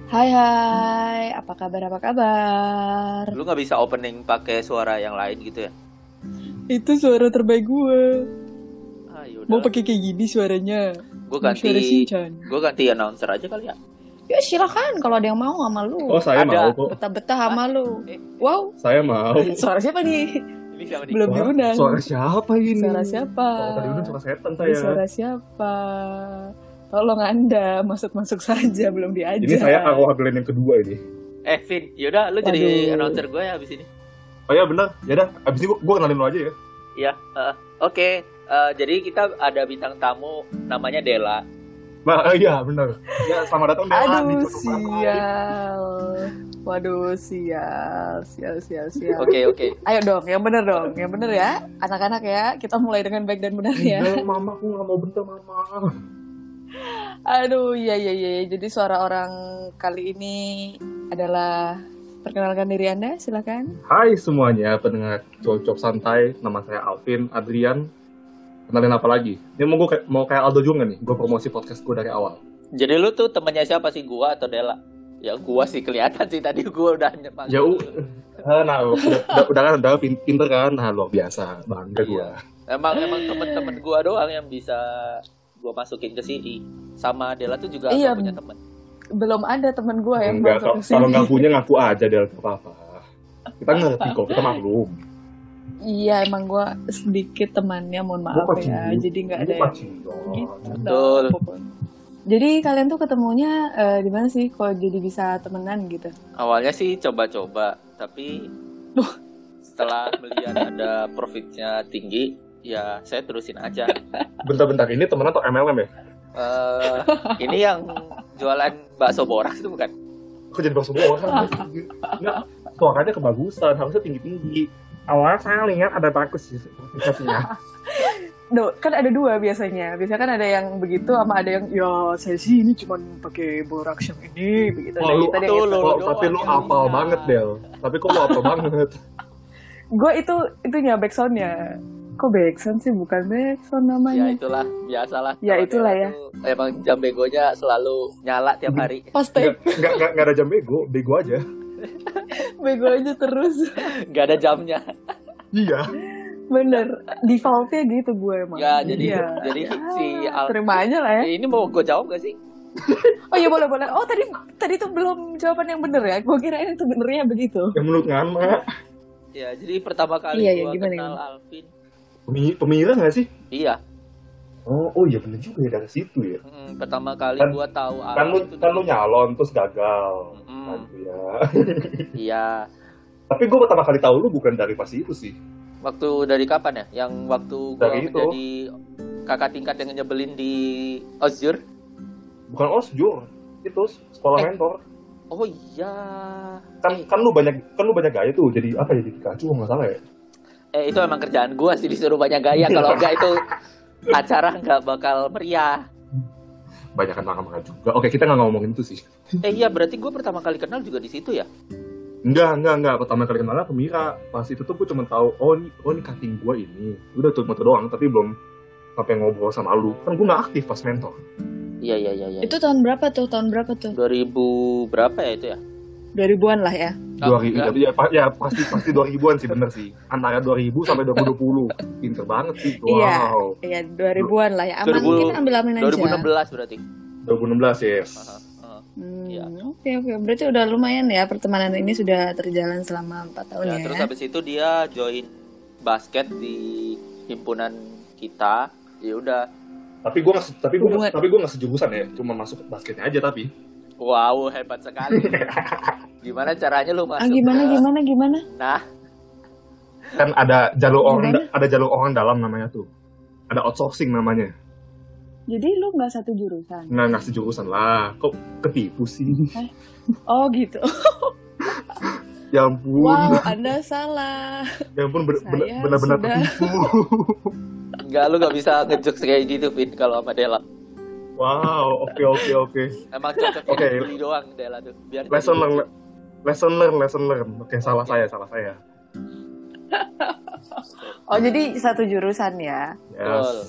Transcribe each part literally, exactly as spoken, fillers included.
Hai hai, apa kabar apa kabar? Lu nggak bisa opening pakai suara yang lain gitu ya? Itu suara terbaik gue. Ah, Mau pakai kayak gini suaranya? Gue ganti, gue ganti announcer aja kali ya. Ya silakan kalau ada yang mau sama lu. Oh saya Ada. mau kok. Betah-betah sama lu. Eh. Wow. Saya mau. Suara siapa nih? Ini siapa nih? Belum diundang. Suara siapa ini? Suara siapa? Oh, tadi udah suara setan Ini saya. suara siapa? Tolong Anda masuk-masuk saja, belum diajak. Ini saya arwah Glenn yang kedua ini. Eh Vin, yaudah lu Waduh. jadi announcer gue ya abis ini. Oh ya benar. Ya dah, abis ini gue kenalin lo aja ya. Iya. Uh, Oke. Okay. Uh, jadi kita ada bintang tamu namanya Dela. Nah, uh, iya benar. Ya selamat datang Dela. Aduh sial. Waduh sial, sial, sial, sial. Oke okay, oke. Okay. Ayo dong, yang bener dong, yang bener ya, anak-anak ya. Kita mulai dengan baik dan benar ya. Enggak, mama aku nggak mau bentar mama. Aduh, iya iya iya. Jadi suara orang kali ini adalah, perkenalkan diri Anda, silakan. Hai semuanya pendengar Cocok Santai. Nama saya Alvin Adrian. Kenalin apa lagi? Ini mau gue kayak, mau kayak Aldo juga nih. Gue promosi podcast gue dari awal. Jadi lu tuh temennya siapa sih, gua atau Dela? Ya gua sih kelihatan sih tadi gua udah nyepang. Ya udah, nah udah, udah, udah kan udah pinter kan, nah luar biasa, bangga gue. Emang emang temen-temen gua doang yang bisa gua masukin ke sini. Sama Dela tuh juga Iya, gak punya temen. Belum ada temen gue yang Enggak, masuk ke sini. kalau nggak punya ngaku aja Del, apa-apa. Kita ngerti kok, kita maklum. Iya, emang gue sedikit temannya, mohon maaf ya. Jadi nggak ada yang gitu. Betul. Jadi kalian tuh ketemunya uh, di mana sih? Kok jadi bisa temenan gitu? Awalnya sih coba-coba, tapi setelah melihat ada profitnya tinggi, ya saya terusin aja. Bentar-bentar, ini temenan atau M L M ya? Uh, ini yang jualan bakso borak itu bukan? Kok jadi bakso borak? Enggak, suaranya kebagusan, harusnya tinggi-tinggi. Awalnya saya lihat ada bagus sih aplikasinya. No, kan ada dua biasanya. Biasanya kan ada yang begitu sama ada yang ya saya sih ini cuma pakai borak yang ini begitu. Oh, lu, tadi tuh, yang lu, itu. tapi lu hafal banget Del. Tapi kok lu hafal banget? Gue itu itunya backsoundnya. Kok backsound sih, bukan backsound namanya. Ya itulah, biasalah. Ya itulah ya. Emang jam begonya selalu nyala tiap hari. Pasti. Enggak enggak enggak ada jam bego, bego aja. Bego aja terus. Gak ada jamnya. Iya. Bener, defaultnya gitu gue emang. Ya jadi ya. jadi ya, si Al- terima aja lah ya. Ini mau gue jawab gak sih? Oh iya boleh boleh. Oh tadi tadi tuh belum jawaban yang bener ya. Gue kirain itu benernya begitu. Yang menurut Ngana. Ya jadi pertama kali iya, gue iya, kenal gimana? Alvin. Pemirsa nggak sih? Iya. Oh, oh iya bener juga ya, dari situ ya. Hmm, pertama kali Kan- gue tahu Alvin. Kan lu itu kan lu dari- nyalon terus gagal. Hmm. Kan, ya. Iya. Tapi gue pertama kali tahu lu bukan dari pas itu sih. Waktu dari kapan ya? Yang waktu gue Dari itu. menjadi kakak tingkat yang nyebelin di Ozjur. Bukan osjur, itu sekolah Eh. mentor. Oh iya. Kan kan lu banyak kan lu banyak gaya tuh. Jadi apa ya, jadi Pikachu nggak salah ya? Eh itu emang kerjaan gue sih, disuruh banyak gaya. Kalau enggak itu acara nggak bakal meriah. Banyakan makan-makan juga. Oke, kita nggak ngomongin itu sih. Eh iya, berarti gue pertama kali kenal juga di situ ya? Enggak, enggak, enggak. Pertama kali kenalnya Pemira. Pas itu tuh gue cuma tahu, oh ini, oh ini cutting gue ini. Udah tuh motor doang, tapi belum sampai ngobrol sama lu. Kan gue nggak aktif pas mentor. Iya iya iya. iya. Itu tahun berapa tuh? Tahun berapa tuh? dua ribu berapa ya itu ya? dua ribuan lah ya. Oh, dua ribu, enggak. ya, pa- ya pasti pasti dua ribuan sih, bener sih. Antara dua ribu sampai dua ribu dua puluh. Pinter banget sih. Wow. Iya, dua ribuan lah ya. Aman, dua ribu kita ambil-ambilin aja. dua ribu enam belas berarti. dua ribu enam belas, yes. Aha, aha. Hmm, Iya. Oke oke, berarti udah lumayan ya, pertemanan ini sudah terjalan selama empat tahun Ya, ya. terus habis itu dia join basket di himpunan kita. Ya udah. Tapi gue nggak tapi gue Hubungan- tapi gue nggak sejurusan ya. Cuma masuk basketnya aja tapi. Wow, hebat sekali. Gimana caranya lu masuk? Ah gimana ke- gimana gimana? Nah, Kan ada jalur orang Gimana? ada jalur orang dalam namanya tuh. Ada outsourcing namanya. Jadi lu nggak satu jurusan? Nggak nggak sejurusan lah. Kok ketipu sih? Oh gitu. Ya ampun. Wow, Anda salah. Ya ampun, bener- bener- Saya benar-benar sudah- ketipu. enggak, lu gak bisa ngejokes kayak gitu, Vin, kalau sama Dela. Wow, oke oke oke. Emang cocoknya Oke. dibully doang Dela tuh. Biar jadi- Lesson learn, lesson learn, lesson learn. Oke, salah saya, salah saya. Oh jadi satu jurusan ya? Betul. Yes.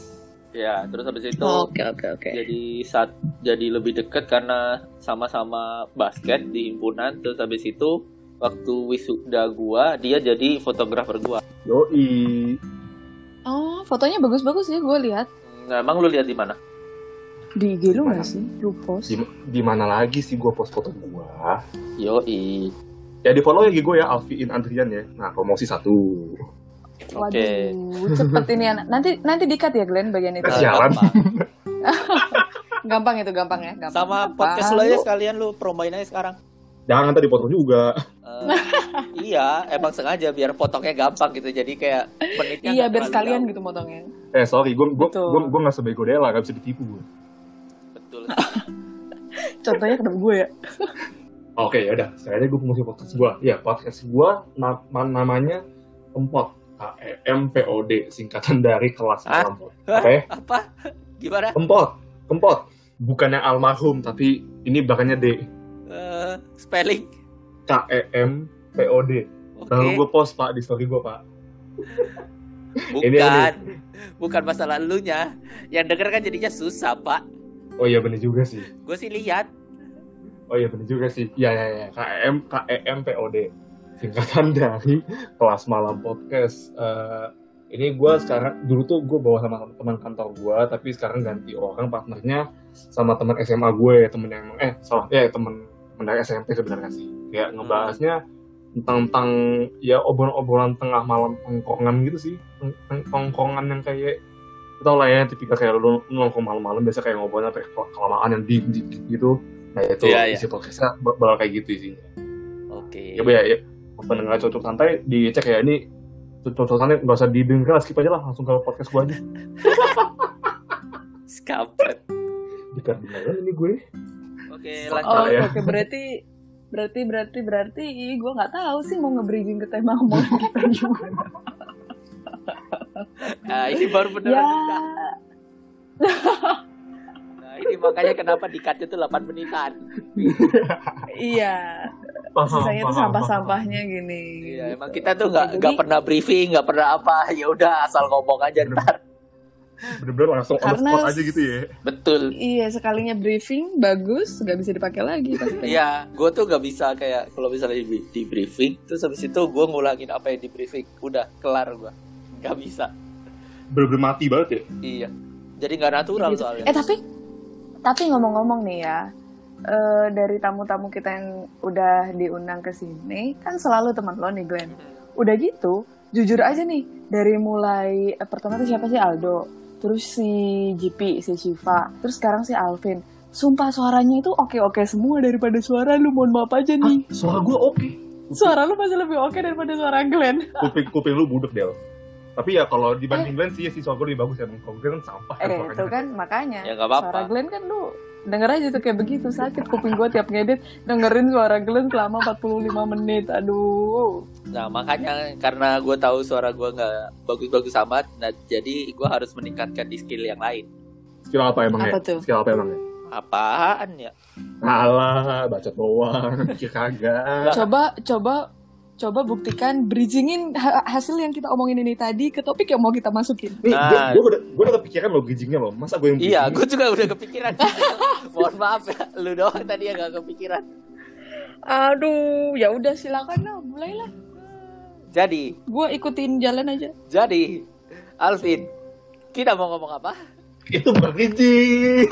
Ya, terus habis itu Oke oke oke. jadi saat jadi lebih dekat karena sama-sama basket di himpunan. Terus habis itu waktu wisuda gua dia jadi fotografer gua. Yoi. Oh, fotonya bagus-bagus sih gue lihat. Nah, emang lu lihat di mana? Di I G lu Gimana? nggak sih? Lu post? Di, di mana lagi sih gue post foto gua? Yoi. Ya di follow ya gue ya, Alfiin Andrian ya. Nah, promosi satu. Oke. Waduh, cepet ini anak. Nanti nanti dikat ya Glenn bagian itu. Eh, sialan. gampang. Gampang itu gampang ya. Gampang. Sama Gampang. podcast lu aja sekalian lu promoin aja sekarang. Jangan tadi potong juga. Eh, iya, emang sengaja biar potongnya gampang gitu. Jadi kayak menitnya Iya nggak biar terlalu sekalian jauh. gitu motongnya. Eh sorry, gue gue Betul. gue gue nggak sebego Dela, nggak bisa ditipu gue. Betul. Contohnya kenapa gue ya? Oke, ya udah. Sekarang gue promosi podcast gue. Ya podcast gue na- namanya Empot. K E M P O D, singkatan dari kelas Hah? malam. Oke, Apa? Gimana? Empot, Empot. Bukannya almarhum, tapi ini belakangnya D. Eh, spelling. K E M P O D. Oke. Baru gue post pak di story gue pak. Bukan. ini, ini. Bukan masalah elunya. Yang denger kan jadinya susah, Pak. Oh iya bener juga sih. Gue sih lihat. Oh iya bener juga sih. Iya iya iya. K E M K E M P O D. Singkatan dari kelas malam podcast. Uh, ini gue sekarang dulu tuh gue bawa sama teman kantor gue, tapi sekarang ganti orang partnernya sama teman S M A gue, temen yang eh salah ya temen temen dari S M P sebenarnya sih. Kayak ngebahasnya tentang tentang ya obrolan-obrolan tengah malam tongkrongan gitu sih, tongkrongan yang kayak tau lah ya tipikal kayak lu nongkrong malam-malam biasa kayak ngobrolnya kayak kelamaan yang deep deep gitu. Nah itu Iya, iya. isi podcastnya bakal kayak gitu isinya. Oke. Ya Bu, ya, ya. Pendengar cocok santai dicek ya, ini cocok santai nggak usah didengar, skip aja lah langsung ke podcast gue aja. Skampret. Dekat beneran ini gue. Oke, Oh, lanjut. ya. oke berarti berarti berarti berarti gue nggak tahu sih mau nge-bridging ke tema mau kita gimana. Nah, ini baru beneran Ya, nikah. Nah, ini makanya kenapa dikatnya tuh delapan menitan. iya. Paham, Sisanya tuh paham, sampah-sampahnya gini. Iya, gitu. emang kita tuh nggak Jadi- nggak pernah briefing, nggak pernah apa. Ya udah asal ngomong aja ntar. Bener-bener langsung on the Karena- spot aja gitu ya. Betul. Iya, sekalinya briefing bagus, nggak bisa dipakai lagi pasti. Iya, gue tuh nggak bisa kayak kalau misalnya di, di briefing, terus habis itu gue ngulangin apa yang di briefing, udah kelar gue, nggak bisa. Bener-bener mati banget ya. Iya, jadi nggak natural Gitu. soalnya. Eh tapi tapi ngomong-ngomong nih ya, eh, dari tamu-tamu kita yang udah diundang ke sini kan selalu teman lo nih Glenn. Udah gitu, jujur aja nih dari mulai eh, pertama tuh siapa sih Aldo, terus si J P, si Shiva, terus sekarang si Alvin. Sumpah suaranya itu oke-oke semua daripada suara lu, mohon maaf aja Hah, nih. suara gue oke. Suara lu masih lebih oke daripada suara Glenn. Kuping kuping lu budek Del. Tapi ya kalau dibanding Glenn sih si suara gue lebih bagus ya. Kalau Glenn kan sampah kan Eh, suaranya. itu kan makanya. Ya, nggak apa-apa. Suara Glenn kan lu denger aja tuh kayak begitu, sakit kuping gue tiap ngedit dengerin suara Glenn selama empat puluh lima menit. Aduh. Nah makanya karena gue tahu suara gue nggak bagus-bagus amat, nah jadi gue harus meningkatkan di skill yang lain. Skill apa emangnya? Apa tuh? Skill apa emangnya? Apaan ya? Alah, bacot doang. Pikir kagak. Coba coba coba buktikan bridgingin ha- hasil yang kita omongin ini tadi ke topik yang mau kita masukin. Nih, Nah. gue udah gue udah kepikiran lo bridgingnya lo. Masa gue yang Iya, bridging? gue juga udah kepikiran. Mohon maaf ya, lu doang tadi yang gak kepikiran. Aduh, ya udah silakan lah, mulailah. Jadi, Gue ikutin jalan aja. jadi Alvin, kita mau ngomong apa? Itu bukan bridging.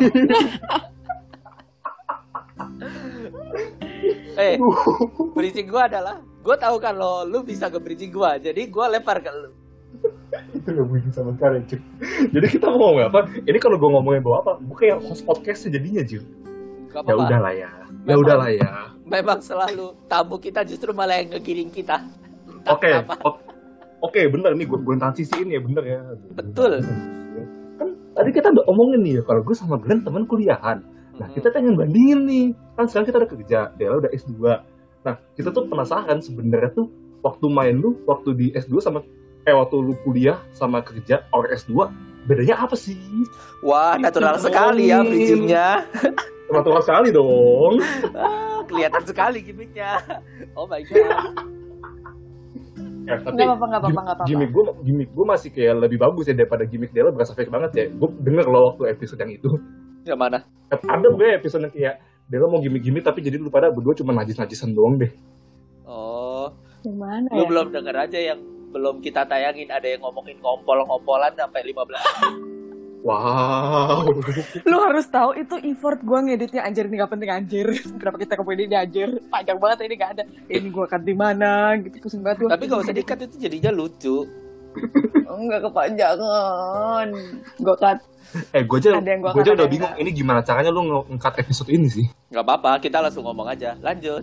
Eh, Aduh. bridging gue adalah, gue tahu kan lo, lu bisa ke bridging gue, jadi gue lempar ke lu. Itu gak bridging sama sekali, cuy. Jadi kita mau ngomong apa? Ini kalau gue ngomongin bawa apa? Gue kayak host podcast jadinya, cuy. Gak Ya apa-apa. udahlah ya. Ya Memang- udahlah ya. Memang selalu tamu kita justru malah yang ngegiring kita. Entah Oke, kenapa. o- oke bener nih gue gue transisiin ya bener ya. Betul. Kan tadi kita udah omongin nih ya kalau gue sama Glenn teman kuliahan. Nah kita pengen bandingin nih, kan sekarang kita udah kerja, Dela udah S dua. Nah kita tuh penasaran sebenarnya tuh waktu main lu waktu di S dua sama eh waktu lu kuliah sama kerja or S dua bedanya apa sih? Wah, natural Itu sekali ya ngomongin. bridgingnya. Natural sekali dong. Ah, kelihatan sekali gimmicknya. Oh my god. Eh, tapi Nggak apa-apa, nggak apa-apa, gim- nggak apa-apa. gimmick gue gimmick gue masih kayak lebih bagus ya daripada gimmick Dela, berasa fake banget ya. Gue denger loh waktu episode yang itu. Yang mana? Ada gue episode yang kayak Dela mau gimmick-gimmick tapi jadi lu pada berdua cuma najis-najisan doang deh. Oh, Gimana lu ya? belum denger aja yang belum kita tayangin, ada yang ngomongin ngompol-ngompolan sampai lima belas. Wow. Lu harus tahu itu effort gue ngeditnya, anjir ini gak penting anjir. Kenapa kita ke ini anjir? Panjang banget ini gak ada. Ini gue akan di mana gitu, pusing banget gue. Tapi gak usah dikat, itu jadinya lucu. Enggak kepanjangan. Gue cut. Eh gue aja, Ada yang gua gue aja kata, udah ada yang bingung enggak. ini gimana caranya lu nge-cut episode ini sih. Gak apa-apa, kita langsung ngomong aja. Lanjut.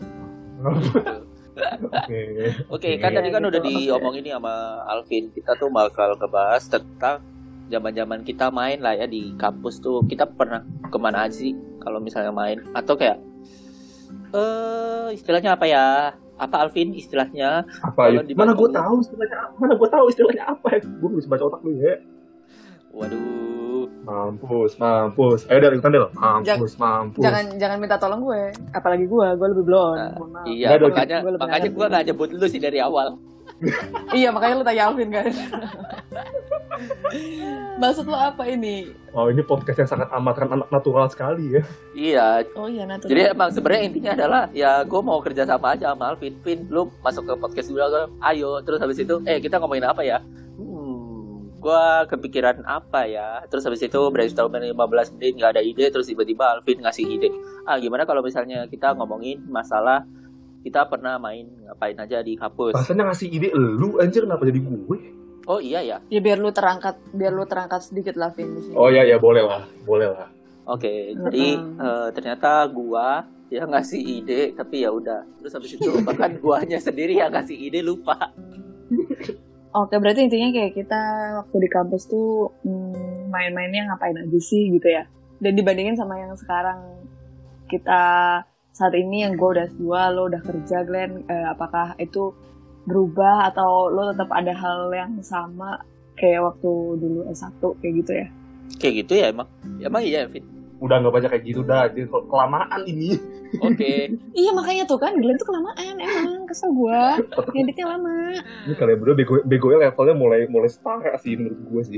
Oke. Oke, kan tadi kan gitu, udah oke. diomongin nih sama Alvin. Kita tuh bakal ngebahas tentang zaman-zaman kita main lah ya di kampus tuh. Kita pernah kemana aja sih kalau misalnya main? Atau kayak eh istilahnya apa ya? Apa Alvin istilahnya? Apa ya? Kalau di Mana gue Bandung- tahu istilahnya apa? Mana gue tahu istilahnya apa? Gue bisa baca otak lu ya. Waduh. Mampus, mampus. Ayo dari ikutan Del. Mampus, mampus. Jangan jangan minta tolong gue. Apalagi gue, gue lebih blonde. Nah, Mohon maaf. iya, Nggak ada, makanya gue lebih makanya ngerti. gue gak nyebut lu sih dari awal. Iya makanya lu tanya Alvin kan. Maksud lu apa ini? Oh ini podcast yang sangat amat kan anak natural sekali ya. Iya. Oh iya natural. Jadi emang sebenarnya intinya adalah ya gue mau kerja sama aja sama Alvin. Vin, lu masuk ke podcast gue, gue, ayo. Terus habis itu, eh kita ngomongin apa ya? Hmm, gue kepikiran apa ya? Terus habis itu brainstorming lima belas menit nggak ada ide. Terus tiba-tiba Alvin ngasih ide. Ah gimana kalau misalnya kita ngomongin masalah kita pernah main ngapain aja di kampus? Rasanya ngasih ide lu anjir, kenapa jadi gue? Oh iya ya. Ya biar lu terangkat, biar lu terangkat sedikit lah Vin di sini. Oh ya ya boleh lah, boleh lah. Oke, jadi eh, ternyata gua yang ngasih ide, tapi ya udah. Terus habis itu bahkan guanya sendiri yang ngasih ide lupa. Oke, berarti intinya kayak kita waktu di kampus tuh hmm, main-mainnya ngapain aja sih gitu ya. Dan dibandingin sama yang sekarang kita saat ini yang gue udah S dua, lo udah kerja Glenn, eh, apakah itu berubah atau lo tetap ada hal yang sama kayak waktu dulu S satu kayak gitu ya? Kayak gitu ya emang. Emang iya, Fit. Udah nggak banyak kayak gitu dah, jadi kok kelamaan ini. Oke. Iya makanya tuh kan Glenn tuh kelamaan emang, kesel gue, ngeditnya lama. Ini kalian berdua bego begonya levelnya mulai mulai setara sih menurut gue sih.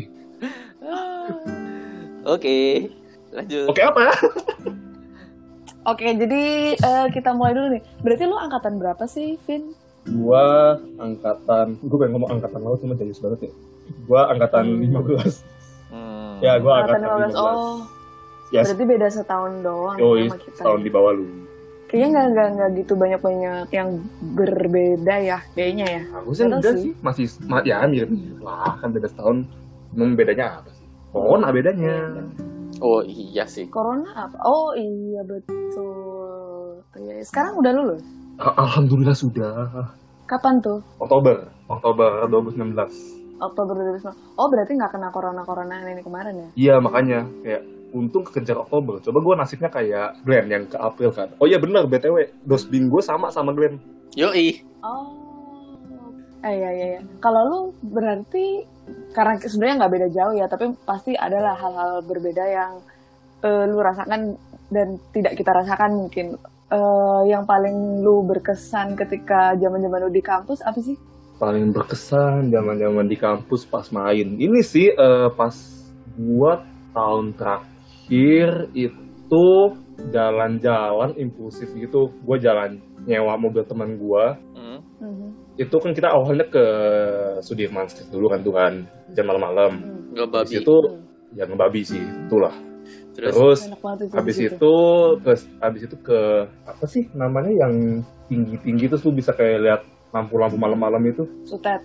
Oke. Lanjut. Oke apa? Oke, jadi eh, kita mulai dulu nih. Berarti lo angkatan berapa sih, Vin? Gua angkatan, gue pengen ngomong angkatan laut cuma jayus banget ya. Gua angkatan Hmm. lima belas. Hmm. Ya, gua Angkatan angkatan lima belas. lima belas. Oh, Yes. berarti beda setahun doang Yoi, sama kita. tahun di bawah lu. Kayaknya nggak nggak nggak gitu banyak banyak yang berbeda ya, kayaknya ya. Aku sih Nggak tahu enggak sih. sih, masih ma- ya mirip-mirip lah, kan beda setahun. Emang bedanya apa sih? Corona bedanya. Oh iya sih. Corona apa? Oh iya betul. Iya, sekarang udah lulus. Al- Alhamdulillah sudah. Kapan tuh? Oktober, Oktober dua ribu sembilan belas. Oktober dua ribu sembilan belas. Oh berarti nggak kena corona corona ini kemarin ya? Iya makanya kayak untung kekejar Oktober. Coba gue nasibnya kayak Glenn yang ke April kan. Oh iya benar B T W dosbing gue sama sama Glenn. Yoi. Oh. Eh iya iya. iya. Kalau lu berarti karena sebenarnya nggak beda jauh ya, tapi pasti adalah hal-hal berbeda yang eh, lu rasakan dan tidak kita rasakan mungkin. Eh, yang paling lu berkesan ketika zaman-zaman lu di kampus apa sih? Paling berkesan zaman-zaman di kampus pas main. Ini sih eh, pas gua tahun terakhir itu jalan-jalan impulsif gitu. Gua jalan nyewa mobil teman gua. Hmm. Mhm. Itu kan kita awalnya ke Sudirman Street dulu kan tuh kan jam malam-malam. Hmm. Nggak Habis babi. itu ya ngebabi sih, itulah. Terus, Terus Enak banget itu habis di situ. itu ke habis itu ke apa sih namanya yang tinggi-tinggi terus lu bisa kayak lihat lampu-lampu malam-malam itu. Sutet.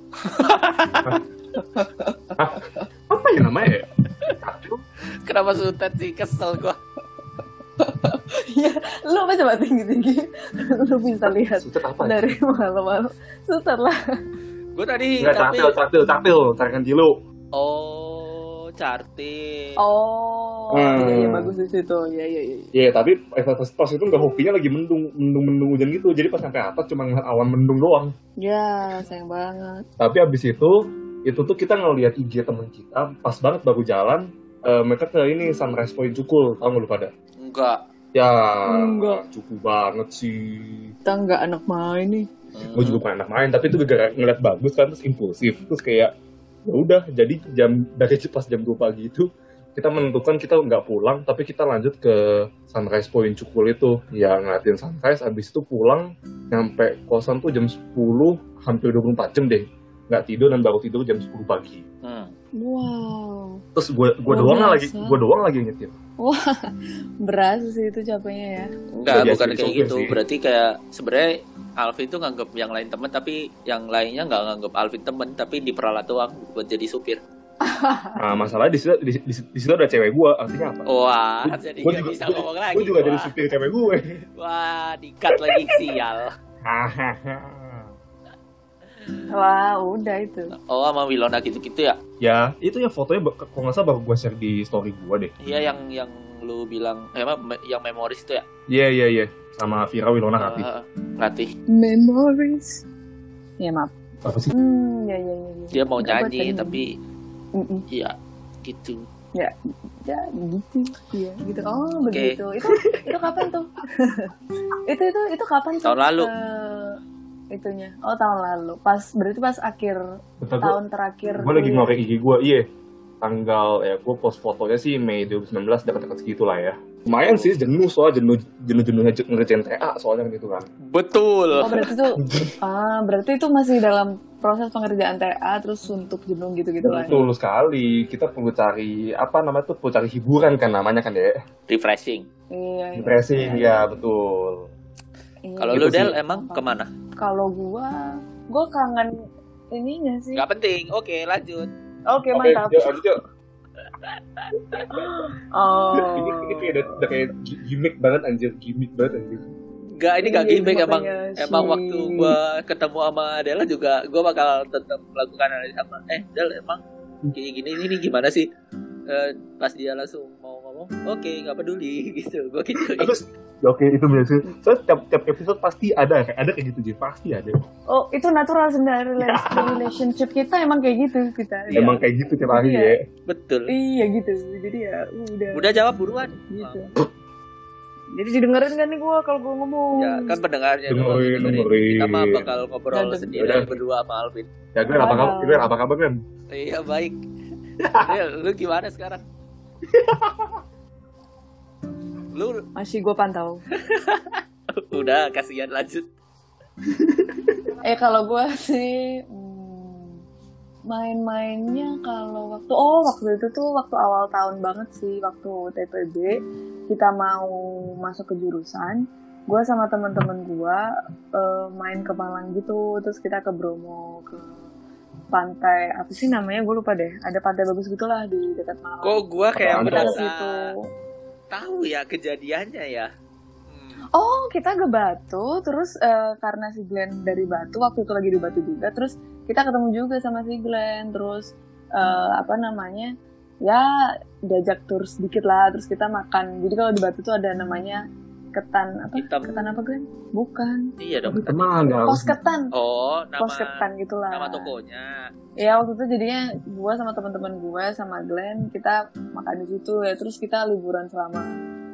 Apa ya namanya ya? kenapa sutet sih? Kesel gua. Iya, lu apa coba tinggi-tinggi, lu bisa lihat Sutet apa? ya? dari malam-malam. Sutet lah. Gua tadi Enggak, tapi cartil, cartil, cartil, carikan dulu. oh, Carti. Oh, Hmm. iya, iya bagus di situ. Iya, iya, iya. Iya, tapi pas itu nggak hokinya lagi mendung, mendung, mendung hujan gitu. Jadi pas sampai atas cuma ngeliat awan mendung doang. Ya, sayang banget. Tapi abis itu, itu tuh kita ngeliat I G temen kita, pas banget baru jalan, eh, mereka ke ini Sunrise Point Cukul, tau nggak lu pada? Enggak. Ya, Enggak. cukup banget sih. Kita nggak anak main nih. Hmm. Gue juga bukan anak main, tapi itu gara-gara ngeliat bagus kan, terus impulsif, terus kayak ya udah, jadi jam dari pas jam dua pagi itu kita menentukan kita nggak pulang, tapi kita lanjut ke Sunrise Point Cukul itu, ya ngeliatin sunrise. Abis itu pulang nyampe kosan tuh jam sepuluh, hampir dua puluh empat jam deh nggak tidur, dan baru tidur jam sepuluh pagi. Hmm. Wow. Terus gue gue doang lagi gue doang lagi nyetir. Wah, berasa sih itu capeknya ya. Enggak, Ya, bukan biasa kayak sopir gitu. sih. Berarti kayak sebenarnya Alvin tuh nganggep yang lain temen, tapi yang lainnya nggak nganggep Alvin temen, tapi diperalat doang buat jadi supir. Nah, masalahnya di situ di, di, di situ ada cewek gue, artinya apa? Wah, Gua- jadi gua nggak juga- bisa gua- ngomong lagi. Gue juga jadi Wah. supir cewek gue. Wah, dikat lagi sial. Wah, udah itu. Oh, sama Wilona gitu-gitu ya? Ya, itu ya fotonya ba- kalau nggak salah baru gue share di story gue deh. Iya, yang yang lu bilang, eh, apa, me- yang memoris itu ya? Iya, iya, iya. Sama Vira Wilona Ratih. Uh, Ratih. Memories. Ya maaf. Apa sih? Hmm, ya ya ya. ya. Dia mau Nggak buat nyanyi, tadi. tapi Mm-mm. iya, gitu. Ya, ya gitu. Iya, gitu. Oh, begitu. Itu itu kapan tuh? itu itu itu kapan tuh? Tahun lalu. Eh, itunya. Oh, tahun lalu. Pas berarti pas akhir Bentar, gua- tahun terakhir. Gue lagi kuliah. ngorek I G gue, iya. Tanggal, ya gue post fotonya sih Mei dua ribu sembilan belas, dekat-dekat segitu lah ya. Lumayan sih, jenuh soal jenuh jenuh-jenuh nge- ngerjain T A soalnya kan itu kan. Betul. Oh, berarti tuh ah, berarti itu masih dalam proses pengerjaan T A terus suntuk jenuh gitu-gitu lah. Betul sekali, kita perlu cari, apa namanya tuh, perlu cari hiburan kan namanya kan ya. Refreshing. Iya. iya. Depressing, ya betul. Iya. Kalau Gitu lu Del sih. emang kemana? Kalau gua, gua kangen ininya sih. Gak penting. Oke, lanjut. Oke, Oke, mantap. yuk, lanjut yuk. Oh. Ini, ini kayak udah, udah kayak gimmick banget anjir, gimmick banget anjir. Gak, ini gak Iya, gimmick makanya emang. sih. Emang waktu gua ketemu sama Dela juga, gua bakal tetap melakukan hal yang sama. Eh, Del emang kayak gini ini gimana sih? Eh, pas dia langsung mau ngomong, oke, nggak peduli gitu. Gua gitu. Terus, ya oke itu biasa. So, tiap, tiap episode pasti ada, ada kayak gitu Jir, pasti ada. Oh, itu natural sebenarnya rela- relationship kita emang kayak gitu kita. Iya. Emang kayak gitu tiap hari Iya. ya. Betul. Iya gitu. Jadi ya udah. Udah jawab buruan. Gitu. Jadi didengerin kan nih gua kalau gua ngomong. Ya kan pendengarnya doang Dengerin, dengerin. dengerin. Kita mah bakal ngobrol Udah, sendiri udah. berdua sama Alvin. Ya gue apa kabar? Gue apa kabar kan? Iya baik. Del, lu gimana sekarang? Lu Masih gua pantau. udah kasihan lanjut. Eh kalau gue sih hmm, main-mainnya kalau waktu oh waktu itu tuh waktu awal tahun banget sih, waktu T P B kita mau masuk ke jurusan, gue sama teman-teman gue uh, main ke Malang gitu, terus kita ke Bromo, ke pantai apa sih namanya gue lupa deh, ada pantai bagus gitulah di dekat Malang. Kok gua kayak Apaan kita ke merasa situ. tahu ya kejadiannya ya. Hmm. Oh, kita ke Batu, terus eh, karena si Glenn dari Batu, waktu itu lagi di Batu juga, terus kita ketemu juga sama si Glenn, terus eh, apa namanya, ya diajak tur sedikit lah, terus kita makan. Jadi kalau di Batu tuh ada namanya ketan, apa? Hitam. Ketan apa Glenn? Bukan. Iya dong. Teman ya. Pos ketan. Oh, nama Pos ketan gitulah. nama tokonya. Ya waktu itu jadinya gue sama teman-teman gue sama Glenn kita makan di situ ya, terus kita liburan selama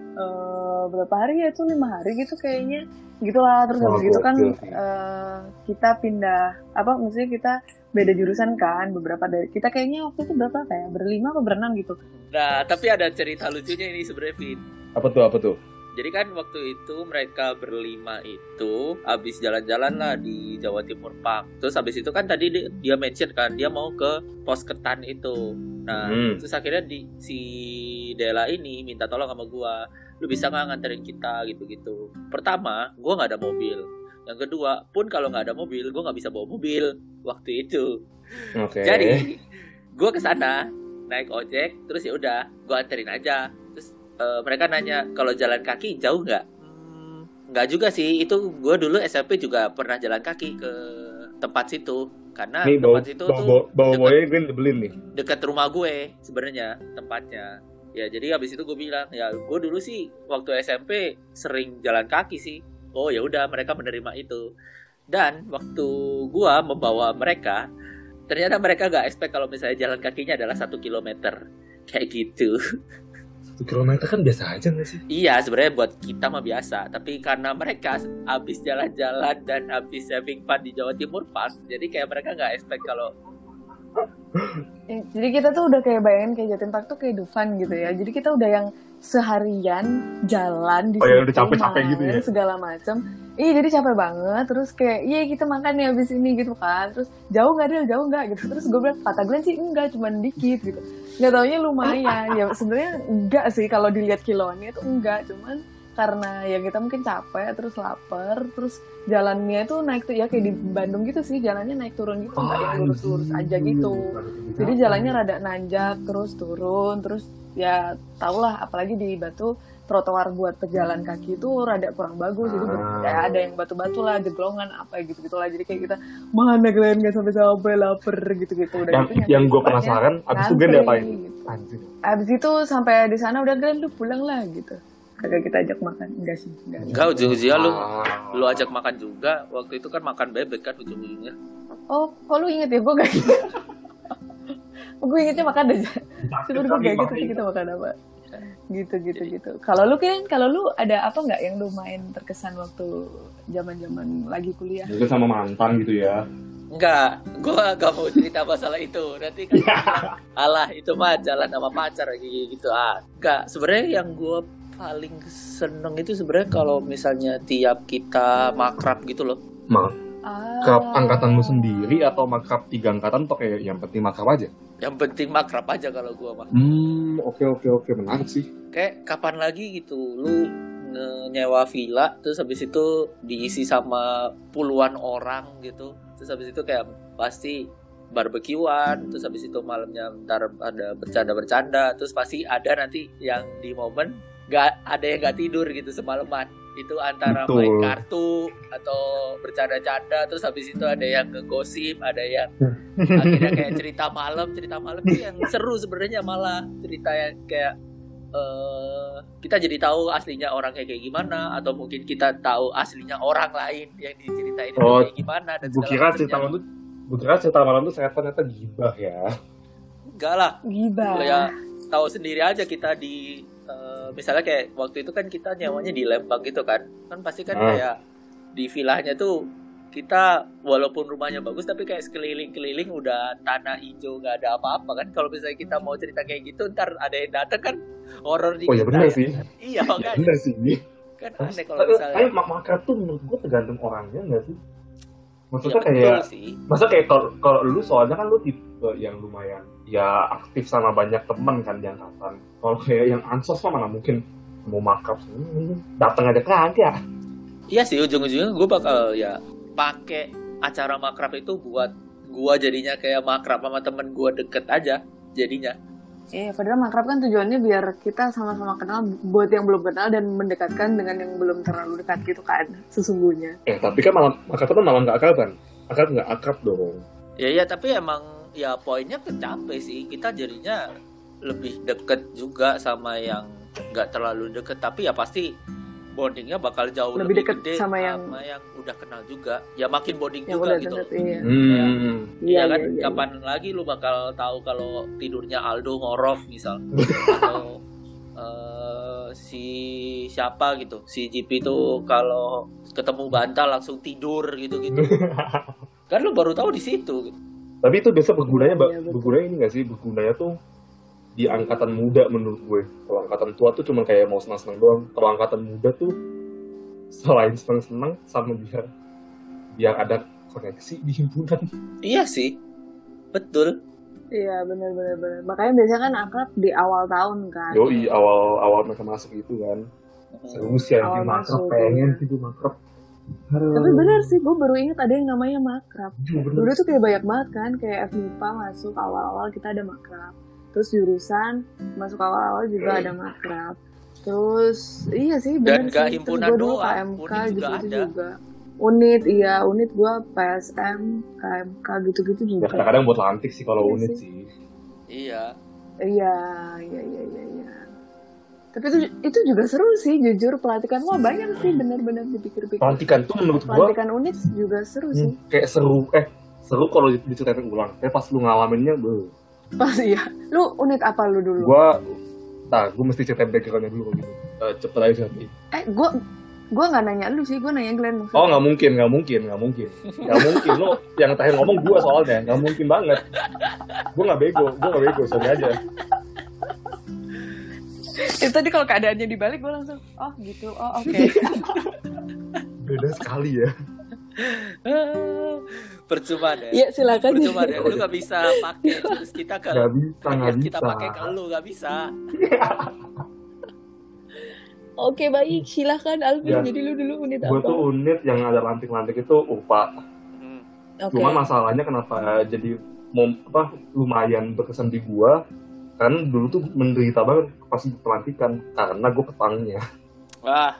uh, berapa hari ya, itu lima hari gitu kayaknya gitulah. Terus habis Oh, gitu kan gokil sih. uh, kita pindah apa maksudnya kita beda jurusan kan, beberapa dari kita kayaknya waktu itu berapa kayak berlima atau berenam gitu. Nah, tapi ada cerita lucunya ini sebenarnya, Vin. Apa tuh, apa tuh? Jadi kan waktu itu mereka berlima itu habis jalan-jalan lah di Jawa Timur Park. Terus habis itu kan tadi dia, dia mention kan dia mau ke pos ketan itu. Nah, Hmm. terus akhirnya di, si Dela ini minta tolong sama gua, lu bisa nggak nganterin kita gitu-gitu. Pertama, gua nggak ada mobil. Yang kedua, pun kalau nggak ada mobil, gua nggak bisa bawa mobil waktu itu. Oke. Jadi, gua ke sana naik ojek, terus ya udah, gua anterin aja. Terus Uh, mereka nanya kalau jalan kaki jauh nggak? Hmm, nggak juga sih. Itu gue dulu S M P juga pernah jalan kaki ke tempat situ karena Nih bawa tempat situ bawa tuh bawa, bawa deket, boynya gue dibelin nih. dekat rumah gue sebenarnya tempatnya. Ya jadi habis itu gue bilang ya gue dulu sih waktu S M P sering jalan kaki sih. Oh ya udah mereka menerima itu. Dan waktu gue membawa mereka, ternyata mereka nggak expect kalau misalnya jalan kakinya adalah satu kilometer kayak gitu. satu kilometer kan biasa aja nggak sih? Iya, sebenarnya buat kita mah biasa, tapi karena mereka habis jalan-jalan dan habis having fun di Jawa Timur Park, jadi kayak mereka nggak expect kalau jadi kita tuh udah kayak bayangin kayak Jatim Park tuh kayak Dufan gitu ya. Jadi kita udah yang seharian jalan di Oh ya, situ, udah capek-capek gitu ya? segala macam. Iya, jadi capek banget. Terus kayak, iya kita makan nih abis ini gitu kan. Terus jauh nggak Del, jauh nggak gitu. Terus gue bilang, kata Glenn sih enggak, cuman dikit gitu. Nggak taunya lumayan. Ya sebenarnya enggak sih kalau dilihat kiloannya itu enggak, cuman karena ya kita mungkin capek, terus lapar, terus jalannya itu naik tuh ya kayak di Bandung gitu sih, jalannya naik turun gitu, nggak yang lurus-lurus aja gitu. Jadi jalannya rada nanjak, terus turun, terus ya tau lah, apalagi di Batu trotoar buat pejalan kaki itu rada kurang bagus, jadi kayak ada yang batu-batu lah, jeglongan apa gitu gitulah. Jadi kayak kita mana kalian nggak sampai-sampai lapar gitu-gitu. Udah Yang, gitu, yang gue penasaran, abis itu Glenn diapain? Gitu. Abis itu sampai di sana udah Glenn lu pulang lah gitu. Kagak kita ajak makan, enggak sih, enggak. enggak ujung-ujungnya lu lu ajak makan juga. Waktu itu kan makan bebek kan ujung-ujungnya. Oh, kok lu inget ya? Gue gak inget. Gue ingetnya makan aja. Cuma gue gak gitu sih kita makan apa. Gitu gitu gitu. Kalau lu kan, kalau lu ada apa nggak yang lu main terkesan waktu zaman-zaman lagi kuliah? Mungkin sama mantan gitu ya. Enggak, gue gak mau cerita masalah itu. Nanti kan alah itu mah jalan sama pacar kayak gitu. Ah, enggak. Sebenarnya yang gue paling seneng itu sebenarnya kalau misalnya tiap kita makrab gitu loh. Makrab ah. angkatan lu sendiri atau makrab tiga angkatan atau kayak yang penting makrab aja? Yang penting makrab aja kalau gue mah. Hmm, oke oke oke, menarik sih. Kayak kapan lagi gitu lu nyewa villa terus habis itu diisi sama puluhan orang gitu. Terus habis itu kayak pasti barbekyuan, terus habis itu malamnya ntar ada bercanda-bercanda, terus pasti ada nanti yang di momen gak ada yang gak tidur gitu semalaman. Itu antara Betul. main kartu atau bercanda-canda, terus habis itu ada yang ngegosip, ada yang akhirnya kayak cerita malam. Cerita malam itu yang seru sebenarnya, malah cerita yang kayak uh, kita jadi tahu aslinya orangnya kayak gimana, atau mungkin kita tahu aslinya orang lain yang diceritain itu oh, kayak gimana. Dan gue kira cerita malam tuh gue kira cerita malam tuh saya ternyata gibah ya. Enggak lah, gibah ya tahu sendiri aja kita di Uh, misalnya kayak waktu itu kan kita nyawanya di Lembang gitu kan, kan pasti kan hmm. kayak di villanya tuh kita walaupun rumahnya bagus tapi kayak sekeliling-keliling udah tanah hijau nggak ada apa-apa kan. Kalau misalnya kita mau cerita kayak gitu ntar ada yang datang kan horor di oh iya benar sih. Iya kan benar sih kan aneh kalau misalnya kayak makrab tuh menurut gue tergantung orangnya nggak sih, maksudnya ya, kayak masa kayak kalau kalau lu soalnya kan lu tipe yang lumayan ya aktif sama banyak temen kan di angkatan. Kalau kayak yang ansos mah mana mungkin mau makrab datang aja kagak. Iya sih, ujung-ujungnya gue bakal ya pakai acara makrab itu buat gue jadinya kayak makrab sama temen gue deket aja jadinya. Iya, padahal makrab kan tujuannya biar kita sama-sama kenal buat yang belum kenal dan mendekatkan dengan yang belum terlalu dekat gitu kan sesungguhnya. Eh tapi kan malam makrab kan malam nggak akraban, akrab nggak akrab dong. Ya ya tapi emang ya poinnya kecapai sih, kita jadinya lebih deket juga sama yang nggak terlalu deket, tapi ya pasti bondingnya bakal jauh lebih, lebih deket gede sama yang, yang yang udah kenal juga, ya makin bonding yang juga gitu. Deket, iya. Hmm. Ya, iya, ya kan iya, iya, kapan iya. lagi lu bakal tahu kalau tidurnya Aldo ngorof misal atau uh, si siapa gitu, si J P itu kalau ketemu bantal langsung tidur gitu-gitu. Kan lu baru tahu di situ gitu. Tapi itu biasa bergunanya ya, bergunanya ini nggak sih, bergunanya tuh di angkatan muda menurut gue. Kalau angkatan tua tuh cuma kayak mau senang-senang doang. Kalau angkatan muda tuh selain senang-senang sama biar biar ada koneksi di himpunan. Iya sih, betul. Iya benar-benar benar. Makanya biasanya kan akrab di awal tahun kan. Yoi, awal awal mereka masuk itu kan. Seru sih yang makrab, pengen gitu makrab. Halo. Tapi benar sih, gue baru ingat ada yang namanya makrab. Dulu tuh kayak banyak banget kan, kayak F M I P A masuk awal-awal kita ada makrab. Terus jurusan masuk awal-awal juga ada makrab. Terus iya sih benar sih. Dan gak himpunan doang, K M K unit gitu juga ada. Juga. Unit iya, unit gue P S M, K M K gitu-gitu juga. Ya kadang-kadang buat lantik sih kalau iya unit sih. sih. Iya. Iya, iya, iya, iya, iya. Tapi itu itu juga seru sih, jujur pelatihan wah banyak sih benar-benar dipikir-pikir. Pelatihan tuh menurut gua pelatihan unit juga seru sih. Hmm, kayak seru eh seru kalau diceritain ulang. Kayak pas lu ngalaminnya, be. Pas iya. Lu unit apa lu dulu? Gua Nah, gue mesti cerita background-nya dulu gitu. Uh, cepet aja sih. Eh, gue gue nggak nanya lu sih, gue nanya Glenn maksudnya. Oh, nggak mungkin, nggak mungkin, nggak mungkin, nggak mungkin. Lo yang terakhir ngomong gue soalnya, nggak mungkin banget. Gue nggak bego, gue nggak bego, sorry aja. Itu tadi kalau keadaannya dibalik gue langsung, oh gitu, oh oke. Okay. Beda sekali ya. Percuma deh. Iya silakan. Percuma deh, lu nggak bisa pakai terus kita ke. Nggak bisa, nggak bisa. Kita pakai ke lu nggak bisa. Oke baik, silakan Alvin. Ya, jadi lu dulu unit apa? Gue tuh unit yang ada lantik-lantik itu U P A. Hmm. Okay. Cuma masalahnya kenapa jadi mom, apa lumayan berkesan di gua, kan dulu tuh menderita banget pas pelantikan karena gue petangnya. Wah.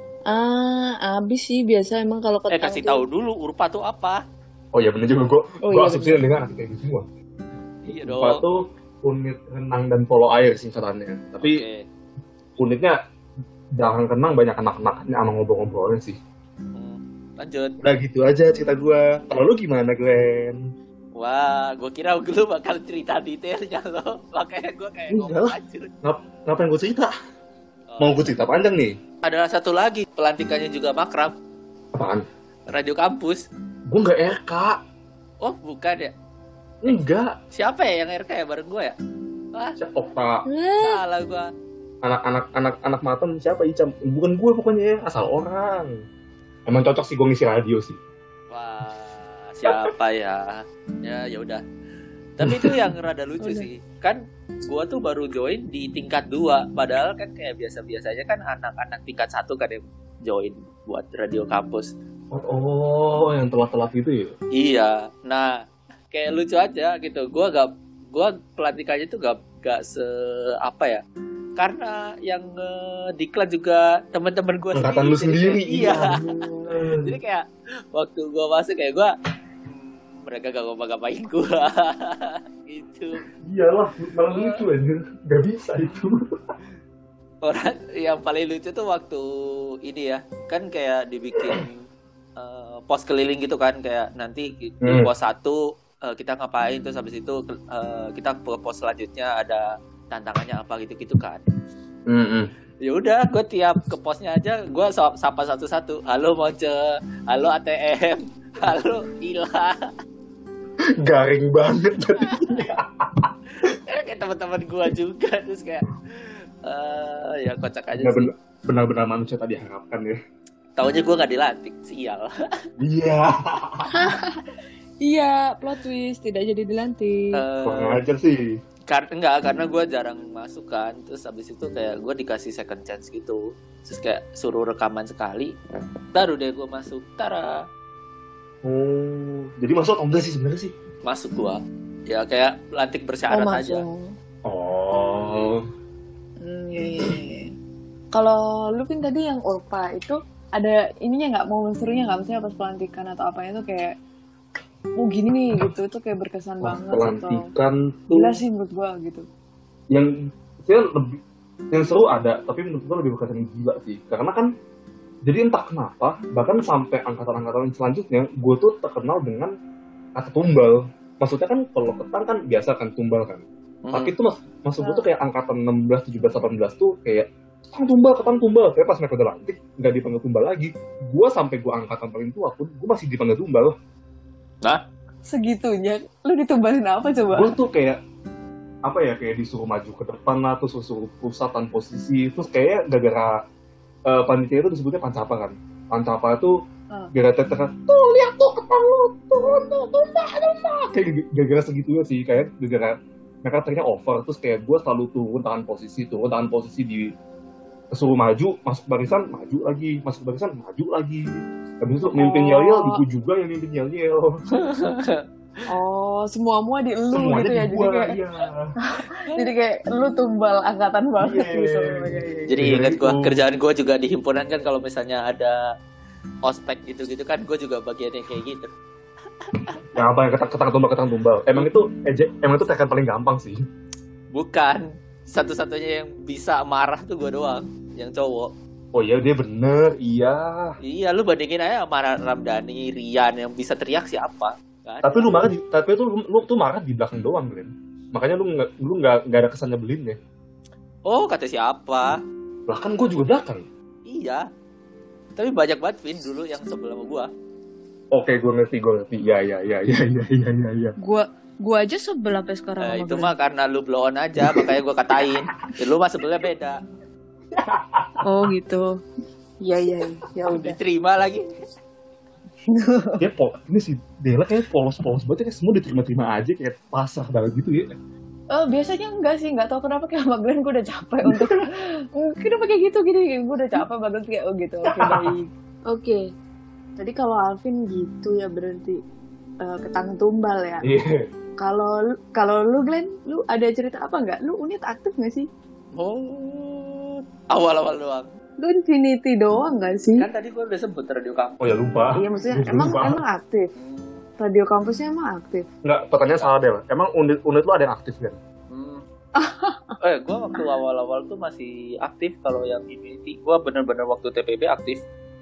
Ah, abis sih biasa emang kalau ketang. Eh kasih tahu dulu U P A tuh apa? Oh ya bener juga, gue oh, gue iya, asumsinya dengan kayak gitu semua. Iya dong. U P A tuh unit renang dan polo air singkatannya. Tapi okay. Unitnya jarang kenang, banyak anak-anaknya sama ngobrol-ngobrolnya sih. Hmm, lanjut. Udah gitu aja cerita gue. Kalau lu gimana, Glenn? Wah, gue kira lu bakal cerita detailnya lo. Makanya gue kayak ngomong aja. Ngap, ngapain gue cerita? Oh. Mau gue cerita panjang nih? Ada satu lagi, pelantikannya juga makrab. Apaan? Radio kampus. Gue nggak R K. Oh, bukan ya? Enggak. Siapa ya yang R K ya bareng gue ya? Wah. Siapa? Okta. Salah gue. Anak-anak anak anak matem siapa Icam? Bukan gue pokoknya ya, asal orang. Emang cocok sih gue ngisi radio sih. Wah, siapa ya? Ya ya udah. Tapi itu yang rada lucu sih. Kan gue tuh baru join di tingkat dua, padahal kan kayak biasa-biasanya kan anak-anak tingkat satu kan yang join buat radio kampus. Oh, oh yang telat-telat gitu ya? Iya. Nah, kayak lucu aja gitu. Gue gak, gue pelantikannya tuh gak gak se apa ya? Karena yang uh, diklat juga teman-teman gue sendiri. Angkatan lu sendiri. Iya. Jadi kayak waktu gue masuk kayak gue, hmm, mereka gak ngapa-ngapain gue. Gitu. Iyalah, malah lucu aja. Gak bisa itu. Orang yang paling lucu tuh waktu ini ya, kan kayak dibikin uh, pos keliling gitu kan, kayak nanti di hmm. pos satu uh, kita ngapain, terus habis itu uh, kita ke pos selanjutnya ada tantangannya apa gitu-gitu kan. Mm-hmm. Ya udah, gue tiap ke posnya aja gue sapa satu-satu. Halo Moce, halo A T M, halo Ila. Garing banget. Kayak teman-teman gue juga, terus kayak uh, ya kocak aja nah, sih. Benar-benar manusia tadi harapkan ya. Taunya gue nggak dilantik, sial. Iya. Iya, plot twist, tidak jadi dilantik. Uh, Kurang ajar sih. Kar- enggak, karena gue jarang masuk kan. Terus habis itu kayak gue dikasih second chance gitu. Terus kayak suruh rekaman sekali, baru deh gue masuk. Tara. Oh, jadi masuk atau enggak sih sebenarnya sih? Masuk gue. Ya kayak lantik bersyarat oh, aja. Oh. Hmm, iya, iya, iya. Kalau lu kan tadi yang U P A itu ada ininya nggak, momen serunya nggak, misalnya pas pelantikan atau apanya tuh kayak oh gini nih gitu, itu kayak berkesan oh, banget. Pelantikan atau... tuh. Gila sih menurut gua gitu. Yang saya lebih yang seru ada, tapi menurut gua lebih berkesan gila sih, karena kan jadi entah kenapa bahkan sampai angkatan-angkatan selanjutnya gua tuh terkenal dengan kata tumbal. Maksudnya kan kalau ketang kan biasa kan tumbal kan. Hmm. Tapi itu mas, maksud gua tuh kayak angkatan enam belas, tujuh belas, delapan belas tuh kayak ketang tumbal, ketang tumbal. Kayak pas mereka udah lantik nggak dipanggil tumbal lagi. Gua sampai gua angkatan paling tua pun gua masih dipanggil tumbal. Nah, segitunya lu ditumbalin apa coba? Gue tuh kayak apa ya, kayak disuruh maju ke depan lah, terus disuruh pusatan posisi, terus kayak gara-gara uh, panitia itu disebutnya pancapa kan. Pancapa itu uh. gara-gara tekan, tuh lihat tuh ketang lu, turun tuh, tumbah, tumbah. Kayak gara-gara segitunya sih, kayak gara-gara mereka ternyata over, terus kayak gue selalu turun tahan posisi, turun tahan posisi di kesuruh maju, masuk barisan, maju lagi, masuk barisan, maju lagi. Habis itu mimpin oh. yel-yel, gue juga yang mimpin yel-yel. Oh, semua-mua di lu semuanya gitu ya. Gua, jadi kayak iya. Jadi kayak lu tumbal angkatan banget yeah. gitu. Jadi ingat gue, kerjaan gue juga di himpunan kan, kalau misalnya ada ospek gitu-gitu kan, gue juga bagiannya kayak gitu. Yang apa yang ketang tumbal ketang tumbal. Emang itu eje, emang itu tekan paling gampang sih. Bukan, satu-satunya yang bisa marah tuh gue doang, yang cowok. Oh iya, dia bener, iya. Iya, lu bandingin aja sama Ramdhani, Rian yang bisa teriak siapa? Tapi lu marah, di, tapi itu lu, lu tuh marah di belakang doang, Glenn. Makanya lu nggak lu nggak nggak ada kesan nyebelinnya. Oh, kata siapa? Lah kan gue juga belakang. Iya. Tapi banyak banget Vin dulu yang sebelah sama gua. Oke, gue ngerti, gue ngerti. Ya, ya, ya, ya, ya, ya, ya, ya. Gua gua aja sebel sampai sekarang Eh, sama itu Glenn. mah karena lu blow on aja, makanya gua katain. Ya, lu mah sebelnya beda. Oh gitu. Iya iya ya udah. Diterima lagi. Kayak pol- ini si Dela kayak polos-polos banget ya, kayak semua diterima-terima aja kayak pasar banget gitu ya. Oh, biasanya enggak sih, enggak tahu kenapa kayak sama Glenn gue udah capek untuk kenapa kayak gitu gini, gue udah capek banget kayak oh gitu. Oke baik. Oke. Tadi kalau Alvin gitu ya berarti uh, ketang tumbal ya. Iya. Kalau kalau lu Glenn, lu ada cerita apa enggak? Lu unit aktif nggak sih? Oh, awal-awal doang. Lu Infinity doang nggak sih? Kan tadi gua udah sebut radio kampus. Oh ya lupa. Iya maksudnya Gua emang lupa. emang aktif. Radio kampusnya emang aktif. Enggak, pertanyaan salah Del. Emang unit-unit lu ada yang aktif kan? Hmm. eh, gua waktu awal-awal tuh masih aktif kalau yang Infinity. Gua bener-bener waktu T P B aktif.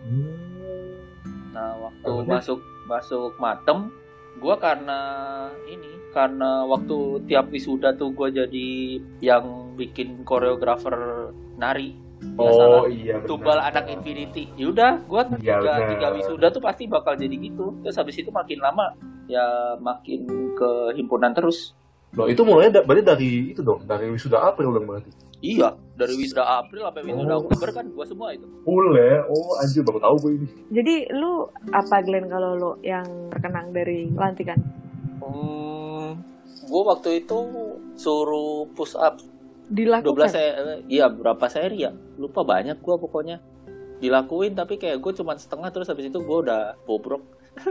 Nah, waktu Oh, masuk masuk Matem, gua karena ini, karena waktu tiap wisuda tuh gua jadi yang bikin koreografer nari. Oh iya benar. Tumbal anak Infinity. Ya udah, gua Iya, tiga, benar. tiga wisuda tuh pasti bakal jadi gitu. Terus habis itu makin lama ya makin ke himpunan terus. Loh itu mulainya da- berarti dari itu dong, dari wisuda April dong berarti. Iya, dari wisuda April sampai wisuda Oh. Oktober kan gua semua itu. Boleh. Oh anjir baru tahu gue ini. Jadi lu apa Glenn kalau lu yang terkenang dari pelantikan? Hmm, gua waktu itu suruh push up Dilakukan. dua belas seri, iya berapa seri ya? Lupa banyak gua pokoknya. Dilakuin tapi kayak gue cuma setengah terus habis itu gua udah bobrok.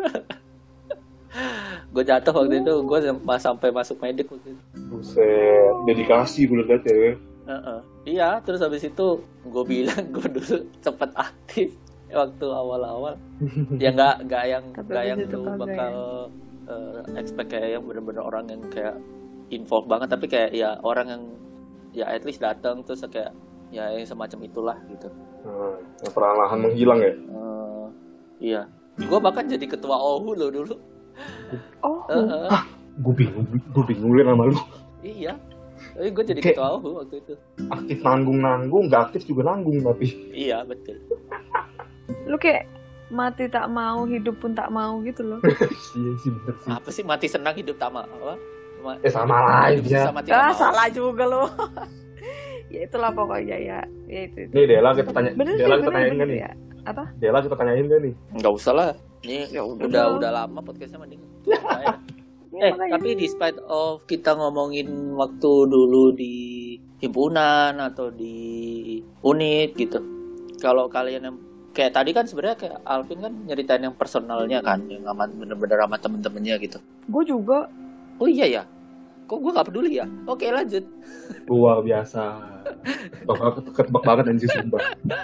Gue jatuh waktu itu, gue sampai masuk medik waktu itu. Buset, dedikasi gue liat ya. Uh-uh. Iya, terus habis itu gue bilang gue dulu cepet aktif waktu awal-awal. Ya nggak nggak yang Tapi nggak habis yang itu lu kagak bakal uh, expect kayak yang bener-bener orang yang kayak involved banget, tapi kayak ya orang yang ya at least datang terus kayak ya yang semacam itulah gitu. Nah, yang perlahan menghilang ya. Uh, iya, gue bahkan jadi ketua O H U lo dulu. Oh. Uh-uh. Gue bingung, gue bingung liat sama lu. Iya, tapi gue jadi Kayak- ketua O H U waktu itu. Aktif nanggung-nanggung, nggak aktif juga nanggung tapi. Iya betul. Lu kayak mati tak mau, hidup pun tak mau gitu loh. Iya sih bener sih. Apa sih mati senang hidup tak mau? Apa? Ma- Eh, sama lah, hidup ya. susah, mati tak Ah, mau. salah juga lo. Ya itulah pokoknya ya. Ya itu. itu. Nih Dela kita tanya, Bener sih, Dela kita bener, tanyain bener kan nih. ya. Apa? Dela kita tanyain kan nih. Nggak usah lah. Ini Ya udah udah dong. udah lama podcastnya mending. Ya, eh makanya. tapi despite of kita ngomongin waktu dulu di himpunan atau di unit gitu. Kalau kalian yang kayak tadi kan sebenarnya kayak Alvin kan nyeritain yang personalnya kan, yang aman bener-bener sama temen-temennya gitu. Gue juga. Oh iya ya. Kok gue nggak peduli ya? Oke lanjut. Luar biasa. Bapak ketebak banget anjir sumpah.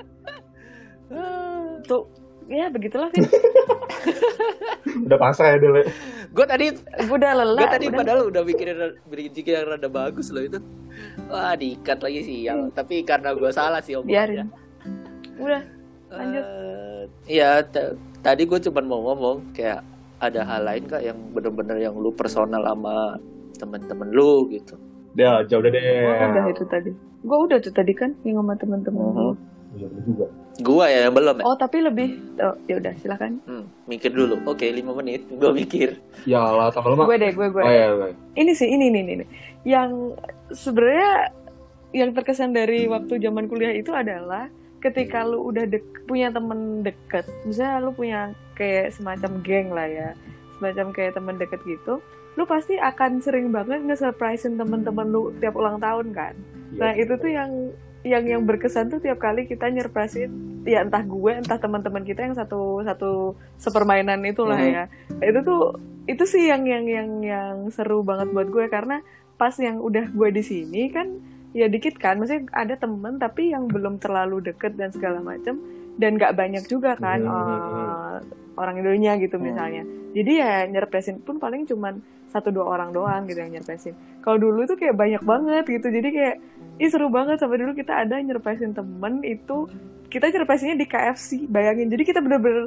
Tuh. Ya begitulah Vin. Udah pasrah ya Dela. Gue tadi Gue udah lelah. Gue tadi udah. padahal udah mikirin bridging yang rada bagus loh itu. Wah diikat lagi sial. Tapi karena gue salah sih omongannya. Biarin. Udah. Lanjut. Eh, Iya t- tadi gue cuma mau ngomong kayak ada hal lain kak yang bener-bener yang lu personal sama temen-temen lu gitu. Dia jauh udah deh. Gue udah itu tadi. Gue udah tuh tadi kan yang sama temen-temen Mhm. gua. Iya bener juga. Gue ya yang belum ya. Oh tapi lebih. Oh ya udah silakan. Hmm, mikir dulu. Oke lima menit. Gue mikir. Ya lah tambah lama. Gue deh gue gue. Oh iya, iya. Ini sih ini ini ini. Yang sebenarnya yang terkesan dari waktu zaman kuliah itu adalah ketika lu udah dek- punya temen deket, misalnya lu punya kayak semacam geng lah ya, semacam kayak temen deket gitu, lu pasti akan sering banget nge-surprisein temen-temen lu tiap ulang tahun kan. Iya, Nah itu tuh yang yang yang berkesan tuh tiap kali kita nyerpresin ya entah gue entah teman-teman kita yang satu satu sepermainan itulah Mhm. ya. Itu tuh itu sih yang yang yang yang seru banget buat gue karena pas yang udah gue di sini kan ya dikit kan, maksudnya ada temen tapi yang belum terlalu deket dan segala macam dan nggak banyak juga kan Mhm. eh, orang Indonesia gitu misalnya. Jadi ya nyerpresin pun paling cuman satu dua orang doang gitu yang nyerpresin. Kalau dulu tuh kayak banyak banget gitu. Jadi kayak ih seru banget sampai dulu kita ada nyerpresin temen itu kita nyerpresinnya di K F C. Bayangin. Jadi kita bener-bener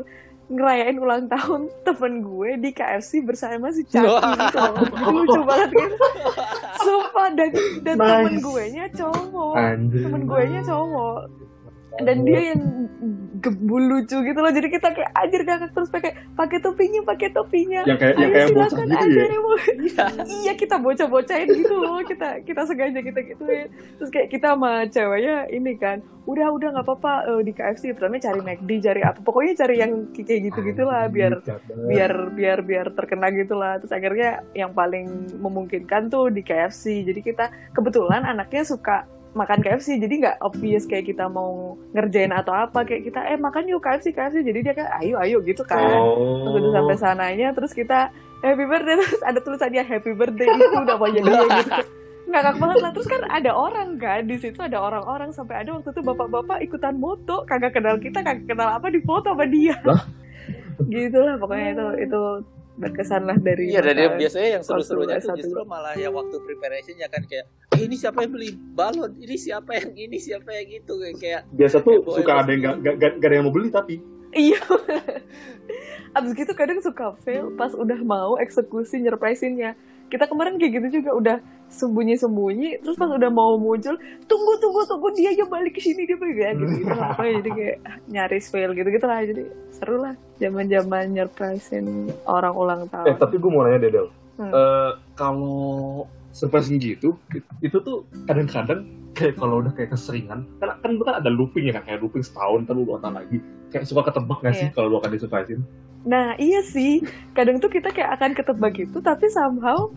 ngerayain ulang tahun temen gue di K F C bersama si Caki gitu loh. Itu lucu banget gitu. Sumpah, dan, dan Nice. temen gue nya cowok. Anjir. Temen gue nya cowok. Dan dia yang gebul lucu gitu loh. Jadi kita kayak anjir ngakak terus pakai pakai topinya, pakai topinya. Yang kayak yang Ayo kayak bocah silakan gitu ada ya. yang mau. Iya, kita bocah-bocahin gitu loh. Kita kita sengaja kita gituin. Terus kayak kita sama ceweknya ini kan, udah udah nggak apa-apa uh, di K F C pertama cari McD, cari apa. Pokoknya cari yang kayak gitu-gitulah biar biar biar biar terkena gitulah. Terus akhirnya yang paling memungkinkan tuh di K F C. Jadi kita kebetulan anaknya suka makan K F C, jadi nggak obvious kayak kita mau ngerjain atau apa, kayak kita eh makan yuk K F C K F C, jadi dia kayak ayo ayo gitu kan. Oh. Terus udah sampai sananya, terus kita happy birthday, terus ada tulisannya happy birthday itu udah banyak dia gitu. Ngakak banget lah. Terus kan ada orang kan di situ, ada orang-orang, sampai ada waktu itu bapak-bapak ikutan moto, kagak kenal kita, kagak kenal apa, di foto sama dia. Lah? Gitulah pokoknya. itu itu berkesan lah dari Iya, dan masa- yang biasanya yang seru-serunya waktu itu S satu. justru malah yang waktu preparationnya kan kayak eh, ini siapa yang beli balon, ini siapa yang ini siapa yang itu kayak kayak Biasa tuh heboh, suka heboh ada yang semua. gak, gak, gak ada yang mau beli tapi Iya. Abis gitu kadang suka fail pas udah mau eksekusi nyerpresinnya. Kita kemarin kayak gitu juga, udah sembunyi-sembunyi, terus pas udah mau muncul, tunggu tunggu tunggu dia aja balik ke sini, dia balik ya gitu, gitu lah. Pokoknya jadi kayak nyaris fail gitu gitu lah. Jadi seru lah zaman-zaman nyerpresin orang ulang eh tahun. tapi gue mau nanya deh Del. Hmm. Eh, kalau surprise gitu itu tuh kadang-kadang kayak kalau udah kayak keseringan kan kan itu kan ada looping ya kan, kayak looping setahun terus dua tahun lagi kayak suka ketebak gak sih Iya. kalau lu akan disurprisein? Nah iya sih, kadang tuh kita kayak akan ketebak gitu, tapi somehow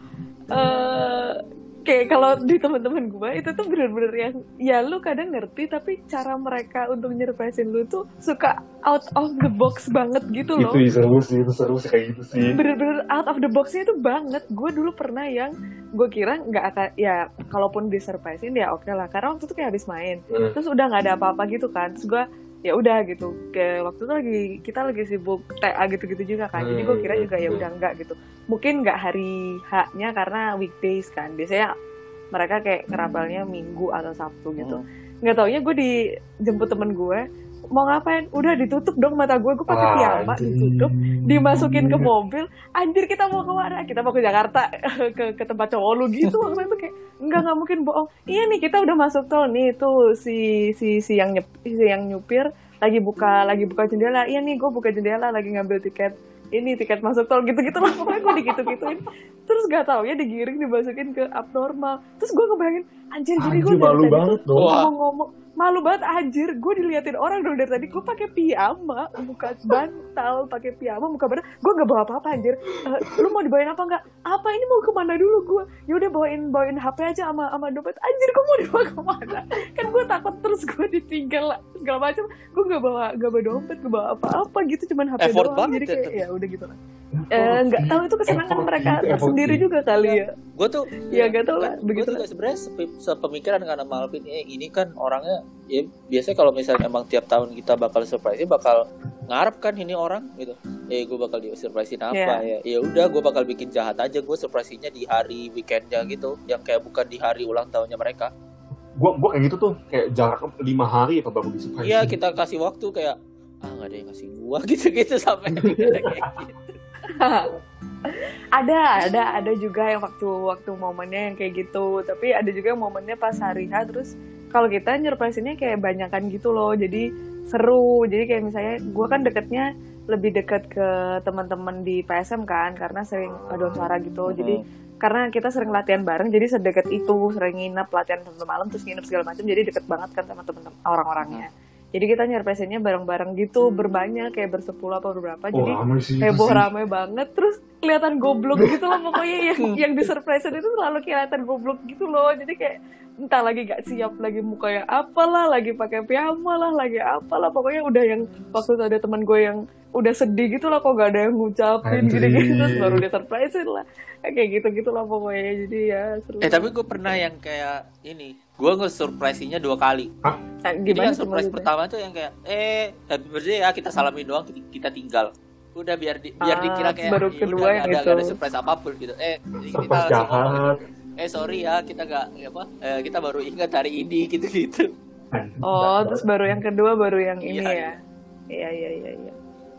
eh kayak kalau di teman-teman gue itu tuh bener-bener yang ya lu kadang ngerti, tapi cara mereka untuk nyerpresin lu tuh suka out of the box banget gitu loh. Itu seru sih, itu seru sih kayak gitu sih. Bener-bener out of the box-nya itu banget. Gue dulu pernah yang gue kira nggak akan, ya kalaupun disurprisein ya oke lah, karena waktu itu kayak habis main, Hmm. terus udah nggak ada apa-apa gitu kan. Terus gue ya udah gitu, kayak waktu itu lagi kita lagi sibuk T A gitu-gitu juga kan, jadi gue kira juga ya udah enggak gitu, mungkin nggak hari H-nya karena weekdays kan, biasanya mereka kayak ngerapelnya Minggu atau Sabtu gitu. Nggak taunya gue dijemput temen gue, mau ngapain? Udah ditutup dong mata gue, gue pakai piyama, ditutup, dimasukin ke mobil. Anjir kita mau kemana? Kita mau ke Jakarta, ke ke tempat cowok lu gitu. Waktu itu kayak enggak nggak mungkin bohong. Iya nih kita udah masuk tol nih, tuh si si si yang nyep, si yang nyupir lagi buka lagi buka jendela. Iya nih gue buka jendela lagi ngambil tiket ini tiket masuk tol gitu-gitu lah, pokoknya gue digitu-gituin. Terus gak tau ya digiring dimasukin ke abnormal. Terus gue ngebayangin anjir, jadi gue Anjir, dari malu tadi banget tuh dong. ngomong-ngomong malu banget anjir, gue diliatin orang dong dari tadi. Gue pakai piyama, buka bantal, pakai piyama, buka badan. Gue nggak bawa apa-apa anjir. Eh, lu mau dibawain apa nggak? Apa ini mau kemana dulu gue? Ya udah bawain bawain H P aja sama sama dompet. Anjir, gue mau dibawa kemana? Kan gue takut terus gue ditinggal lah, segala macam. Gue nggak bawa nggak bawa dompet, nggak bawa apa-apa gitu, cuman H P Effort doang. banget Jadi ya, kayak tapi. ya udah gitu lah. Eh, nggak tahu itu kesenangan Effort mereka gitu, effort sendiri gitu. juga kali ya. Gue tuh Ya, nggak tahu lah, gue begitu juga lah. sebenarnya sepe- sepemikiran karena Malvin eh, ini kan orangnya ya biasanya kalau misalnya emang tiap tahun kita bakal surprise bakal ngarep kan ini orang gitu, eh gue bakal di surprisein apa ya, ya udah gue bakal bikin jahat aja, gue surprise-nya di hari weekendnya gitu, yang kayak bukan di hari ulang tahunnya mereka. Gua gua kayak gitu tuh, kayak jarak lima hari apa baru disurprisein. Iya, kita kasih waktu kayak ah nggak ada yang kasih gua gitu-gitu sampai kayak gitu. ada ada ada juga yang waktu waktu momennya yang kayak gitu, tapi ada juga yang momennya pas hari H. Terus kalau kita nyerpresinnya kayak banyakan gitu loh, jadi seru. Jadi kayak misalnya gue kan deketnya lebih deket ke teman-teman di P S M kan, karena sering paduan suara gitu. Jadi karena kita sering latihan bareng, jadi sedekat itu, sering nginep latihan sampai malam terus nginep segala macam, jadi deket banget kan sama teman-teman orang-orangnya. Jadi kita nyerpresinnya bareng-bareng gitu, berbanyak, kayak bersepuluh apa beberapa. Oh, Jadi ramai sih itu heboh sih. rame banget. Terus kelihatan goblok gitu loh pokoknya, yang yang disurprisein itu selalu kelihatan goblok gitu loh. Jadi kayak entah lagi gak siap, lagi mukanya apalah, lagi pakai piyama lah, lagi apalah. Pokoknya udah yang waktu itu ada teman gue yang udah sedih gitu lah, kok gak ada yang ngucapin Anjir. gitu-gitu, terus baru disurprisein lah. Kayak gitu-gitu lah pokoknya. Jadi ya seru. Eh tapi gue pernah yang kayak ini, gue nge-surprise-nya dua kali. Nah, Jadi gimana yang tuh surprise maksudnya? pertama tuh yang kayak eh happy birthday ya, kita salamin doang, kita, kita tinggal. Udah biar di, biar Ah, dikira kayak baru "Ya kedua udah, yang nggak ada, itu." nggak ada surprise apapun gitu. Eh kita Surprise langsung ngomong jahat. gitu. Eh sorry ya, kita nggak apa eh, kita baru ingat hari ini gitu-gitu. Oh, terus baru yang kedua baru yang ini Iya, ya. Iya, iya, iya, iya.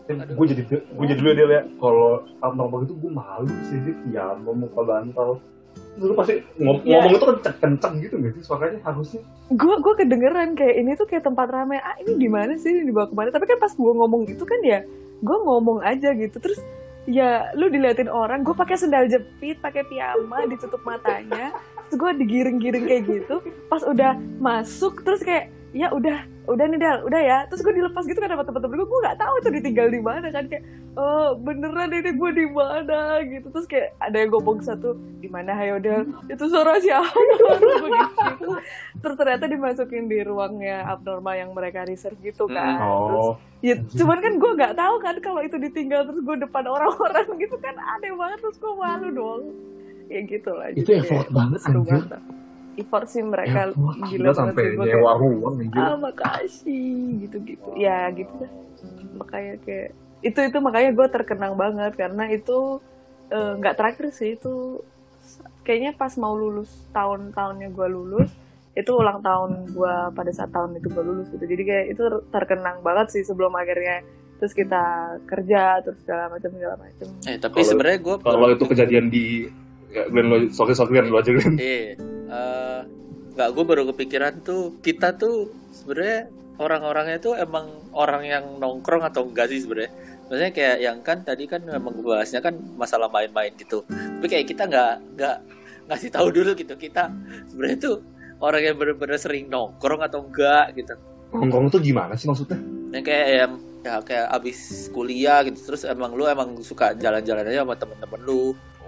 gue jadi gue jadi dulu dia ya kalau abnormal itu gue malu sih dia ya ngomong ke bantal. Lu pasti ngom- Ya. ngomong itu kenceng-kenceng gitu nggak sih suaranya harusnya. gue gue kedengeran kayak ini tuh kayak tempat ramai, ah ini di mana sih, ini dibawa kemana, tapi kan pas gue ngomong itu kan ya gue ngomong aja gitu, terus ya lu diliatin orang, gue pakai sendal jepit, pakai piyama, ditutup matanya, terus gue digiring-giring kayak gitu, pas udah masuk terus kayak ya udah udah nih Dal, udah ya, terus gue dilepas gitu kan sama temen-temen gue, gue nggak tahu tuh ditinggal di mana kan, kayak oh beneran ini gue di mana gitu, terus kayak ada yang ngomong satu di mana hayo Dal, itu suara siapa, gue gitu, terus ternyata dimasukin di ruangnya abnormal yang mereka reserve gitu kan, terus Oh, ya cuman kan gue nggak tahu kan kalau itu ditinggal terus gue depan orang-orang gitu kan aneh banget, terus gue malu dong, ya gitu lah. itu Jadi effort kayak banget seru anjir. banget. Effort sih mereka Effort, gila gila banget sampai sih, gua nyewa kayak, ruang anjir. ah makasih gitu-gitu ya gitu dah, makanya kayak itu itu makanya gue terkenang banget karena itu eh, nggak terakhir sih, itu kayaknya pas mau lulus, tahun-tahunnya gue lulus itu ulang tahun gue pada saat tahun itu gue lulus gitu, jadi kayak itu terkenang banget sih sebelum akhirnya terus kita kerja terus segala macam segala macam. Eh tapi Kalau- sebenarnya gue Kalau itu kejadian di ya, Glenn lo, sorry sorry Glenn lo aja Glenn. eh eh, nggak, gue baru kepikiran tuh kita tuh sebenarnya orang-orangnya tuh emang orang yang nongkrong atau enggak sih sebenarnya. Maksudnya kayak yang kan tadi kan memang gue bahasnya kan masalah main-main gitu. Tapi kayak kita nggak nggak ngasih tahu dulu gitu kita sebenarnya tuh orang yang bener-bener sering nongkrong atau enggak gitu. Nongkrong itu gimana sih maksudnya? Yang kayak yang ya kayak abis kuliah gitu terus emang lu emang suka jalan-jalan aja sama temen-temen lu.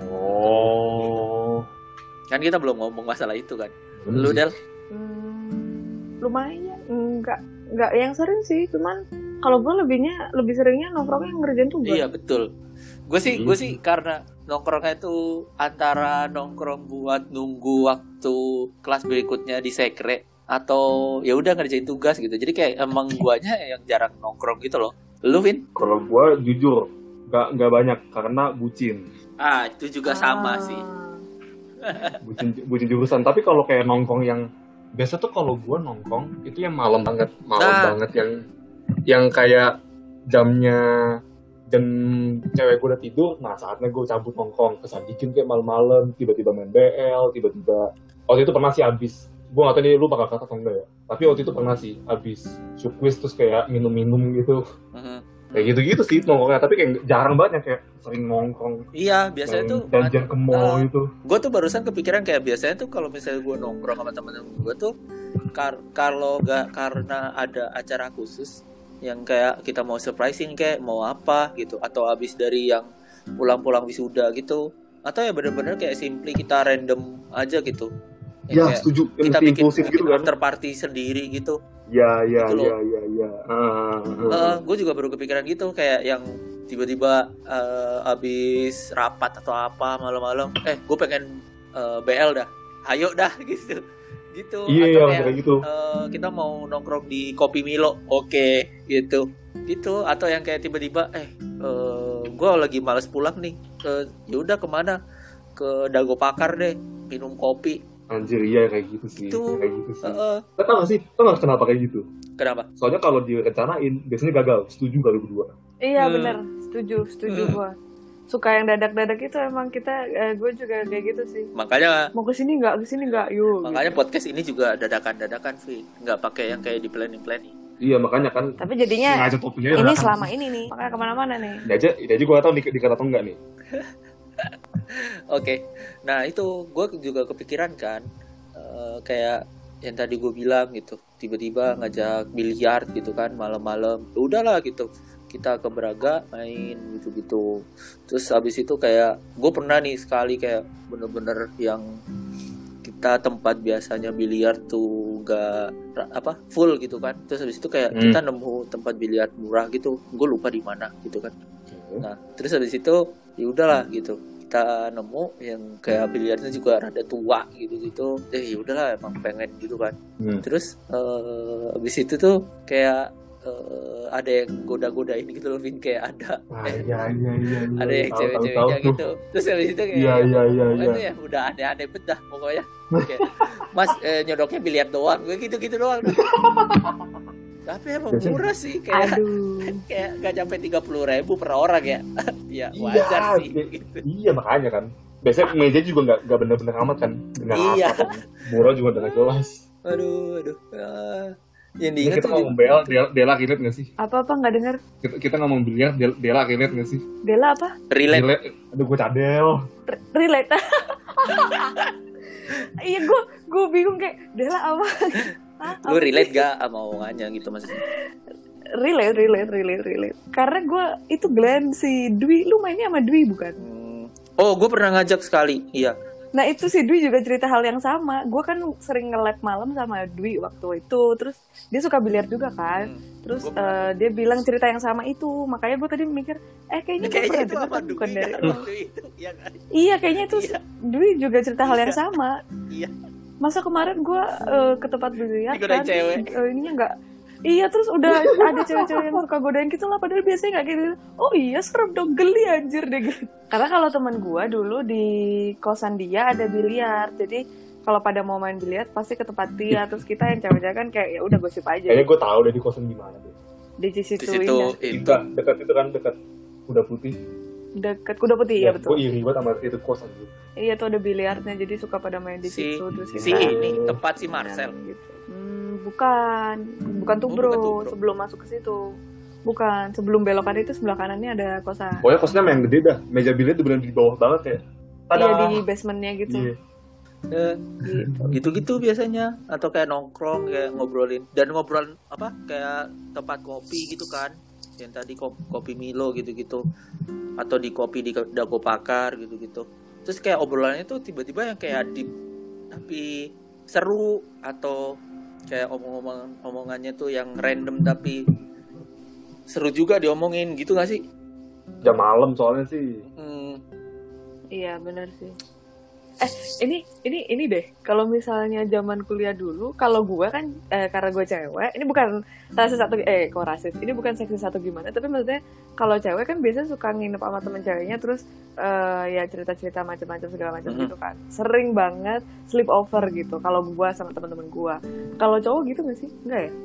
Oh, Kan kita belum ngomong masalah itu kan. bener Lu sih. Del? Hmm, lumayan, enggak enggak yang sering sih, cuman kalau gue lebihnya lebih seringnya nongkrongnya ngerjain tugas. Iya betul. Gue sih Hmm. gue sih karena nongkrongnya itu antara nongkrong buat nunggu waktu kelas berikutnya di sekre atau ya udah ngerjain tugas gitu. Jadi kayak emang guanya yang jarang nongkrong gitu loh. Lu Vin? Kalau gue jujur nggak nggak banyak karena bucin, Ah itu juga sama Ah. sih. bucin bucin jurusan. Tapi kalau kayak nongkrong yang biasa tuh kalau gue nongkrong itu yang malam banget, malam Nah. banget yang yang kayak jamnya jam cewek gue udah tidur, nah saatnya gue cabut nongkrong kesandikin kayak malam-malam, tiba-tiba main B L, tiba-tiba waktu itu pernah sih abis, gue nggak tahu nih lu bakal kata atau enggak ya, tapi waktu itu pernah sih abis sukwiz terus kayak minum-minum gitu, Mhm. kayak gitu-gitu sih nongkrongnya, tapi kayak jarang banget ya kayak sering nongkrong, Iya biasanya main tuh janjian ke mall Ah. gitu. gue tuh barusan kepikiran kayak biasanya tuh kalau misalnya gue nongkrong sama temen-temen gue tuh kar- kalau nggak karena ada acara khusus yang kayak kita mau surprising kayak mau apa gitu atau habis dari yang pulang-pulang wisuda gitu atau ya bener-bener kayak simply kita random aja gitu. Yang Ya kayak setuju, kita yang bikin, impulsif bikin gitu kan. after party sendiri gitu. Ya ya Gitu loh. ya ya ya. Ah, ah, ah. gue juga baru kepikiran gitu kayak yang tiba-tiba eh, abis rapat atau apa malam-malam eh gue pengen eh, B L dah ayo dah gitu gitu Iya atau kayak kayak gitu. eh, kita mau nongkrong di Kopi Milo oke gitu gitu atau yang kayak tiba-tiba eh gue lagi males pulang nih ke ya udah kemana ke Dago Pakar deh minum kopi. Anjir iya kayak gitu sih, Itu, kayak gitu sih. Eh, eh, Lo tau gak sih, tau gak kenapa kayak gitu? kenapa? Soalnya kalau direncanain, biasanya gagal. Setuju kali berdua. Iya Hmm. benar, setuju, setuju Hmm. gua. Suka yang dadak-dadak itu emang kita, eh, gue juga kayak gitu sih. Makanya Mau kesini nggak, kesini nggak, yuk. makanya gitu. podcast ini juga dadakan-dadakan sih nggak pakai yang kayak di planning-planning. Iya makanya kan. Tapi jadinya sengaja topiknya ini dadakan. selama ini nih, makanya kemana-mana nih. Ini aja, ini aja gue gak tau di, dikata atau enggak nih. Oke, nah itu gue juga kepikiran kan eh, kayak yang tadi gue bilang gitu, tiba-tiba ngajak biliar gitu kan malam-malam, ya udahlah gitu kita ke Braga main gitu-gitu. Terus habis itu kayak gue pernah nih sekali kayak bener-bener yang kita tempat biasanya biliar tuh gak apa full gitu kan. Terus habis itu kayak Hmm. kita nemu tempat biliar murah gitu, gue lupa di mana gitu kan. Nah, terus habis itu ya udahlah gitu. Kita nemu yang kayak biliarnya juga rada tua gitu-gitu. Eh ya udahlah emang pengen gitu kan. Hmm. Terus eh habis itu tuh kayak eh, ada yang goda-godain gitu loh, Vin, kayak ada Ah, eh, iya, iya, iya, iya. ada yang Tahu, cewek-ceweknya tahu, tahu gitu. Terus habis itu kayak Iya, iya, iya, pokoknya iya. tuh ya udah aneh-aneh bet dah pokoknya. Kayak, Mas eh, nyodoknya biliar doang, kayak gitu-gitu doang. Tapi emang Biasanya- murah sih, kayak Aduh. kayak nggak sampai tiga puluh ribu per orang ya. Ya Iya, wajar sih. iya, Gitu. iya makanya kan. Biasanya meja juga nggak nggak bener-bener amat kan. Dengan Iya. apa murah juga udah nggak jelas. Aduh, aduh. Ah, yang Ini diingat kita tuh ngomong di- Bel, Dela, Dela relate nggak sih? Apa-apa nggak dengar? Kita, kita ngomong biliar, Del- Dela relate nggak sih? Dela apa? relate. Relate. Aduh gue cadel. R- relate. Iya, gue gue bingung kayak Dela apa? Hah? Lu Apa relate sih? gak sama omongannya gitu maksudnya? Relate, relate, relate, relate. Karena gue itu Glenn si Dwi, lu mainnya sama Dwi bukan? Hmm. Oh, gue pernah ngajak sekali. Iya. Nah itu si Dwi juga cerita hal yang sama. Gue kan sering nge-lab malam sama Dwi waktu itu. Terus dia suka biliar juga kan. Hmm. Terus Gua pernah. eh, dia bilang cerita yang sama itu. Makanya gue tadi mikir, eh kayaknya gue Kayaknya pernah itu dengar apa kan bukan Dwi dari kan lo. waktu itu, ya kan? Iya kayaknya itu Iya. Dwi juga cerita hal yang Iya. sama. Iya. Masa kemarin gue eh, ke tempat biliar Digodain kan, cewek. terus, eh, ininya nggak. Iya terus udah ada cewek-cewek yang suka godain gitu lah. Padahal biasanya nggak gitu. Oh iya serem dong, geli anjir deh gitu. Karena kalau teman gue dulu di kosan dia ada biliar. Jadi kalau pada mau main biliar pasti ke tempat dia. Terus kita yang cewek-cewek kan kayak ya udah gosip aja. Kayaknya gue tahu deh di kosan gimana deh. Di Di situ situ indah. itu. Dekat, dekat itu kan dekat Kuda Putih. Deket Kuda Putih ya betul. Gue iri banget sama itu kosan gue. Iya tuh ada biliarnya. Jadi suka pada main di Si situ. Terus si kita ini tempat si Marcel. gitu. Hmm, bukan, bukan tuh Oh, bro. bukan tuh, bro. Sebelum masuk ke situ, bukan. Sebelum belokan itu sebelah kanannya ada kosan. Pokoknya kosannya emang yang gede dah. Meja biliar tuh bener di bawah banget ya. Iya Tada. di basementnya gitu. Iya. Eh, Gitu. gitu-gitu biasanya, atau kayak nongkrong kayak ngobrolin dan ngobrol apa kayak tempat kopi gitu kan, yang tadi kopi, kopi Milo gitu-gitu, atau di kopi di Dago Pakar gitu-gitu. Terus kayak obrolannya tuh tiba-tiba yang kayak deep tapi seru, atau kayak omong-omong omongannya tuh yang random tapi seru juga diomongin gitu gak sih? Jam malam soalnya sih. Hmm, Iya benar sih. Eh ini ini ini deh. Kalau misalnya zaman kuliah dulu, kalau gue kan eh, karena gue cewek, ini bukan rasis satu eh kok rasis. Ini bukan seksi satu gimana, tapi maksudnya kalau cewek kan biasanya suka nginep sama temen ceweknya, terus eh, ya cerita-cerita macam-macam segala macam Mhm. gitu kan. Sering banget sleep over gitu. Kalau gue sama teman-teman gue. Kalau cowok gitu nggak sih? Enggak ya?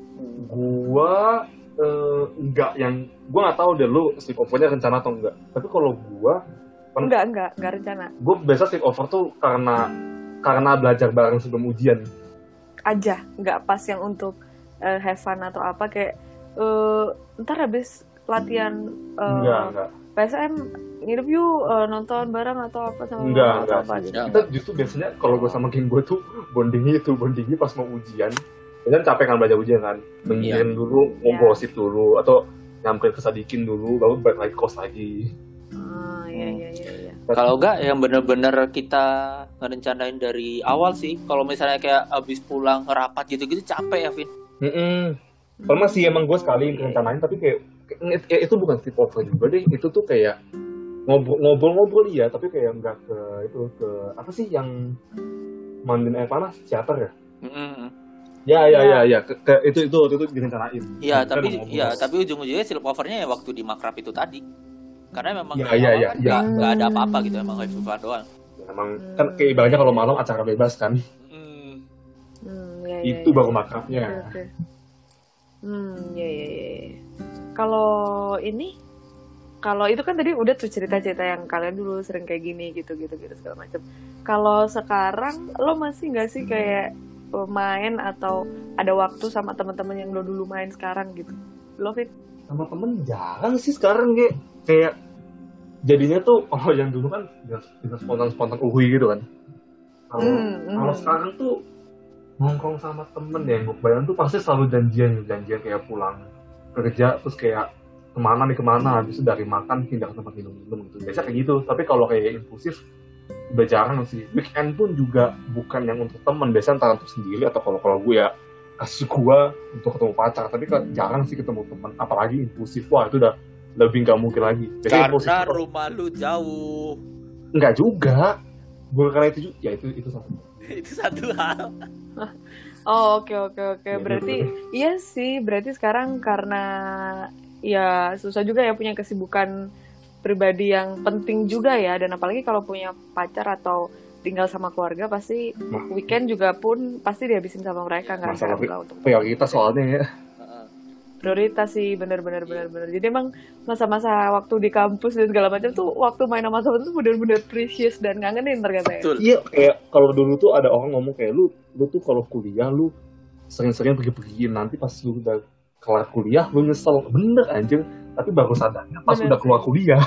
Gua eh, enggak yang gua nggak tahu deh lu sleep overnya rencana atau enggak. Tapi kalau gua Pen- Enggak enggak enggak rencana. gua biasa sleep over tuh karena karena belajar bareng sebelum ujian. Aja, nggak pas yang untuk eh, have fun atau apa kayak eh, ntar habis latihan eh, Enggak, enggak. P S M nginep yuk eh, nonton bareng atau apa sama Enggak, atau enggak. apa sih. gitu. Kita justru biasanya kalau gua sama geng gua tuh bondingnya itu bondingnya pas mau ujian. Biasanya capek kan belajar ujian kan. Mengirim dulu, Iya. ngogosip dulu atau nyamperin ke Sadikin dulu baru balik lagi kos lagi. Ah iya iya iya iya. kalau enggak yang bener-bener kita ngerencanain dari awal sih. Kalau misalnya kayak abis pulang rapat gitu-gitu capek ya, Vin. Heeh. Kalau masih emang gue sekali rencanain tapi kayak kayak- itu bukan sleep over juga deh. Itu tuh kayak ngobrol- ngobrol-ngobrol iya tapi kayak enggak ke itu ke apa sih yang mandiin air panas teater ya? Mm-mm. Ya ya Iya. ya ya ke, ke- itu itu waktu itu direncanain. Iya, Kita tapi emang ngobrol. ya tapi ujung-ujungnya sleep overnya ya waktu di makrab itu tadi. Karena memang Iya, dari iya, awal iya, kan iya. nggak nggak ada apa-apa gitu, emang kayak fun doang. Emang kan kayak ibaratnya kalau malam acara bebas kan. Hmm. Hmm, iya, iya, Itu iya. baru makrabnya. Oke, oke. Hmm, iya iya iya. iya. Kalau ini kalau itu kan tadi udah tuh cerita-cerita yang kalian dulu sering kayak gini gitu gitu gitu segala macam. Kalau sekarang lo masih nggak sih kayak eh, main atau ada waktu sama teman-teman yang lo dulu main sekarang gitu? Lo Fit? Sama temen jarang sih sekarang kayak kayak jadinya tuh oh yang dulu kan bisa spontan-spontan uhui gitu kan. Kalau Hmm, hmm. kalau sekarang tuh nongkrong sama temen ya, gue bayang tuh pasti selalu janjian janjian kayak pulang kerja terus kayak kemana nih kemana, habis itu dari makan pindah ke tempat minum-minum gitu. Biasa kayak gitu. Tapi kalau kayak impulsif udah jarang sih. Weekend pun juga bukan yang untuk temen, biasanya antara untuk sendiri atau kalau kalau gue ya kasus gue untuk ketemu pacar. Tapi kan jarang sih ketemu temen, apalagi impulsif. Wah itu udah lebih nggak mungkin lagi. Biasanya impulsif Karena tuh- rumah lu jauh. Enggak juga. Bukan karena itu juga. Ya itu itu satu. Itu satu hal. Oh oke oke oke. Ya, Berarti bener. iya sih. Berarti sekarang karena ya susah juga ya punya kesibukan pribadi yang penting juga ya. Dan apalagi kalau punya pacar atau tinggal sama keluarga pasti Nah. weekend juga pun pasti dihabisin sama mereka nggak Masalah nggak untuk prioritas soalnya ya. Heeh. prioritas sih, bener-bener bener-bener. Jadi emang masa-masa waktu di kampus dan segala macam tuh waktu main sama temen tuh bener-bener precious dan ngangenin ternyata ya. Betul. Iya, kayak kalau dulu tuh ada orang ngomong kayak lu lu tuh kalau kuliah lu sering-sering pergi-pergi, nanti pas lu udah kelar kuliah lu nyesel. Bener anjir, tapi baru sadarnya pas Bener udah keluar sih. kuliah.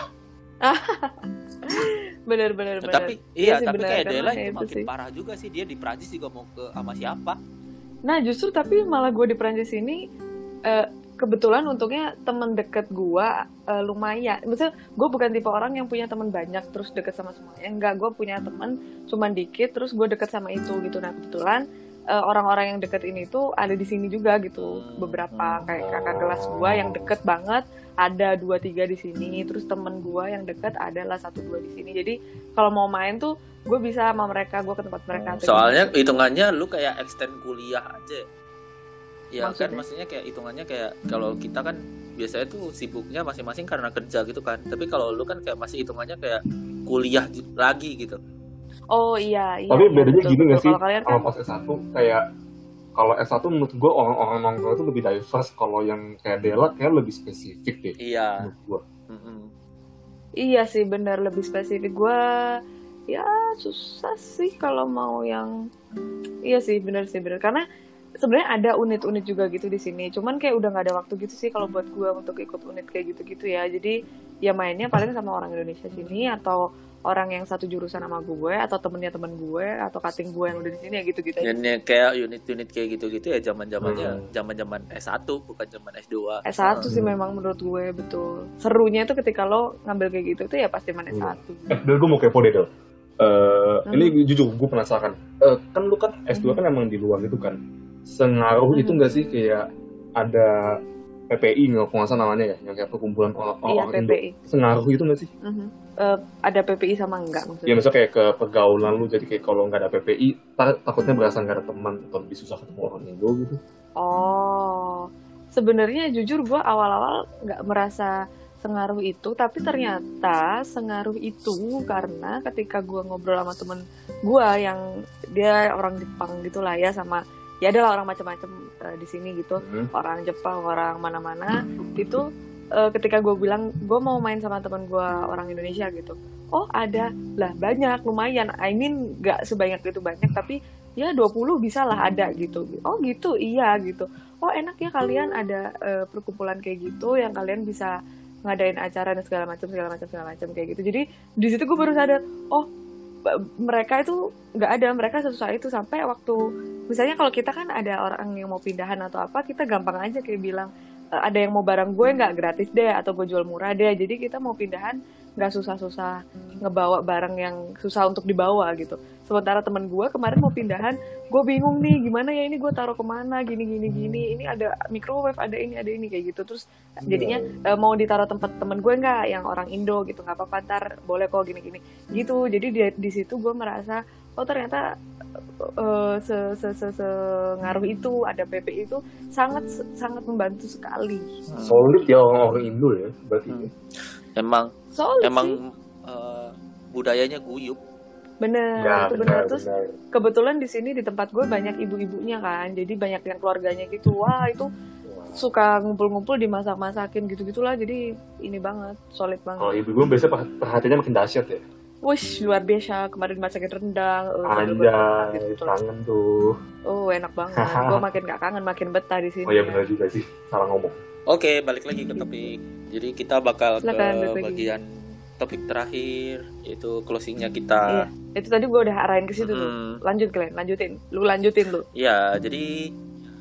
Bener-bener bener. Tapi iya, sih, tapi bener, kayak karena Dela ya itu itu makin sih. parah juga sih, dia di Prancis juga mau ke sama siapa? Nah justru tapi malah gue di Prancis ini eh, kebetulan untungnya temen deket gue eh, lumayan. Maksudnya gue bukan tipe orang yang punya temen banyak terus deket sama semuanya. Enggak, gue punya temen cuman dikit terus gue deket sama itu gitu. Nah kebetulan eh, orang-orang yang deket ini tuh ada di sini juga gitu. Beberapa kayak kakak kelas gue yang deket banget ada dua tiga di sini. Terus temen gue yang deket adalah satu dua di sini. Jadi kalau mau main tuh gue bisa sama mereka, gue ke tempat mereka. atau Soalnya gimana. hitungannya lu kayak extend kuliah aja. Ya kan Maksudnya? maksudnya kayak hitungannya kayak kalau kita kan biasanya tuh sibuknya masing-masing karena kerja gitu kan. Tapi kalau lu kan kayak masih hitungannya kayak kuliah j- lagi gitu. Oh iya, iya. Tapi iya, bedanya betul, gini betul. nggak sih? Kalau kalian kan Kalau pas S satu kayak kalau S satu menurut gue orang-orang nongkrong itu lebih diverse. Kalau yang kayak Dela kayak lebih spesifik deh Iya. menurut gue. Mm-mm. iya sih benar lebih spesifik. Gue ya susah sih kalau mau yang iya sih benar sih benar karena sebenarnya ada unit-unit juga gitu di sini. Cuman kayak udah nggak ada waktu gitu sih kalau buat gue untuk ikut unit kayak gitu-gitu ya. Jadi ya mainnya paling sama orang Indonesia sini atau orang yang satu jurusan sama gue atau temennya temen gue atau cutting gue yang udah di sini ya gitu-gitu aja. Dan ya kayak unit-unit kayak gitu-gitu ya zaman-zamannya Hmm. zaman-zaman S satu bukan zaman S dua. S satu sih Hmm. memang menurut gue betul. Serunya itu ketika lo ngambil kayak gitu tuh ya pasti main S satu. Eh, Del, gue mau kepo deh, Del. Eh, Hmm. Ini jujur, gue penasaran. Eh, kan lu kan S dua kan emang di luar gitu kan. Sengaruh Hmm. itu nggak sih kayak ada P P I nggak, kalau nggak salah namanya ya, yang kayak perkumpulan Iya, orang-orang Indo. P P I. Sengaruh itu nggak sih? Mhm. Eh, ada P P I sama enggak Ya maksudnya? misalnya kayak ke pergaulan lu, jadi kayak kalau nggak ada P P I, tar- takutnya berasa nggak ada teman atau lebih susah ketemu orang Indo gitu. Oh, sebenarnya jujur gue awal-awal nggak merasa sengaruh itu, tapi ternyata sengaruh itu karena ketika gue ngobrol sama temen gue yang dia orang Jepang gitulah ya, sama ya adalah orang macam-macam eh, di sini gitu, Hmm. orang Jepang, orang mana-mana itu eh, ketika gue bilang gue mau main sama temen gue orang Indonesia gitu, oh ada lah banyak lumayan, I mean nggak sebanyak itu banyak tapi ya dua puluh bisa lah ada gitu. Oh gitu, iya gitu. Oh enak ya kalian ada eh, perkumpulan kayak gitu yang kalian bisa ngadain acara dan segala macam segala macam segala macam kayak gitu. Jadi di situ gue baru sadar, oh ba- mereka itu nggak ada, mereka susah itu sampai waktu misalnya kalau kita kan ada orang yang mau pindahan atau apa, kita gampang aja kayak bilang "E, ada yang mau barang gue nggak gratis deh atau gue jual murah deh. Jadi kita mau pindahan nggak susah-susah ngebawa barang yang susah untuk dibawa gitu. Sementara temen gue kemarin mau pindahan, gue bingung nih gimana ya ini gue taruh kemana gini gini gini. Ini ada microwave, ada ini ada ini kayak gitu. Terus jadinya e, mau ditaruh tempat temen gue nggak yang orang Indo gitu, nggak apa-apa ntar boleh kok gini gini gitu. Jadi di, di situ gue merasa oh ternyata uh, se, se, se, se ngaruh itu ada P P I itu sangat sangat membantu sekali. Solid ya orang-orang Indo ya, berarti. Hmm. Emang Solid emang sih. eh, budayanya guyup. Bener, Ya, itu bener. Terus benar. kebetulan di sini di tempat gue banyak ibu-ibunya kan, jadi banyak yang keluarganya gitu. Wah itu suka ngumpul-ngumpul dimasak-masakin gitu-gitulah. Jadi ini banget, solid Kalau banget. ibu gue biasanya perh- perhatiannya makin dahsyat ya. Wish luar biasa, kemarin masakin rendang. Uh, Anjay, gitu. kangen tuh. Oh enak banget. Gue makin gak kangen, makin betah di sini. Oh iya benar juga sih, salah ngomong. Oke, balik lagi ke topik. Jadi kita bakal Silakan, ke balik lagi. bagian topik terakhir, yaitu closingnya Iya, kita. itu tadi gue udah arahin ke situ tuh. Hmm. Lanjut kalian, lanjutin. Lu lanjutin lu. Ya, jadi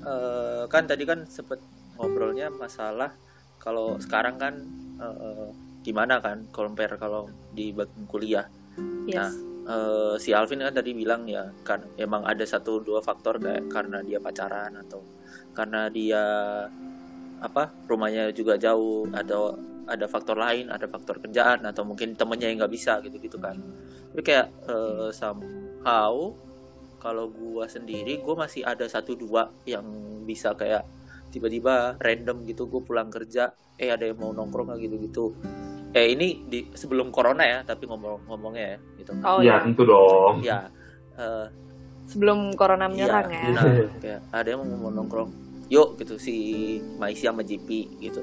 eh, kan tadi kan sempet ngobrolnya masalah kalau sekarang kan eh, gimana kan compare kalau di bagian kuliah. Yes. Nah, eh, si Alvin kan tadi bilang ya kan emang ada satu dua faktor kayak karena dia pacaran atau karena dia apa rumahnya juga jauh, atau ada faktor lain, ada faktor kerjaan atau mungkin temennya yang nggak bisa gitu-gitu kan. Tapi kayak eh, somehow kalau gua sendiri gua masih ada satu dua yang bisa kayak tiba-tiba random gitu gue pulang kerja eh ada yang mau nongkrong nggak gitu-gitu. Eh ini di sebelum corona ya, tapi ngomong-ngomongnya ya gitu. Oh Iya, ya, tentu dong. Ya, eh, sebelum corona menyerang iya, ya. nah, kayak ada yang mau nongkrong. yuk gitu si Maisi sama J P gitu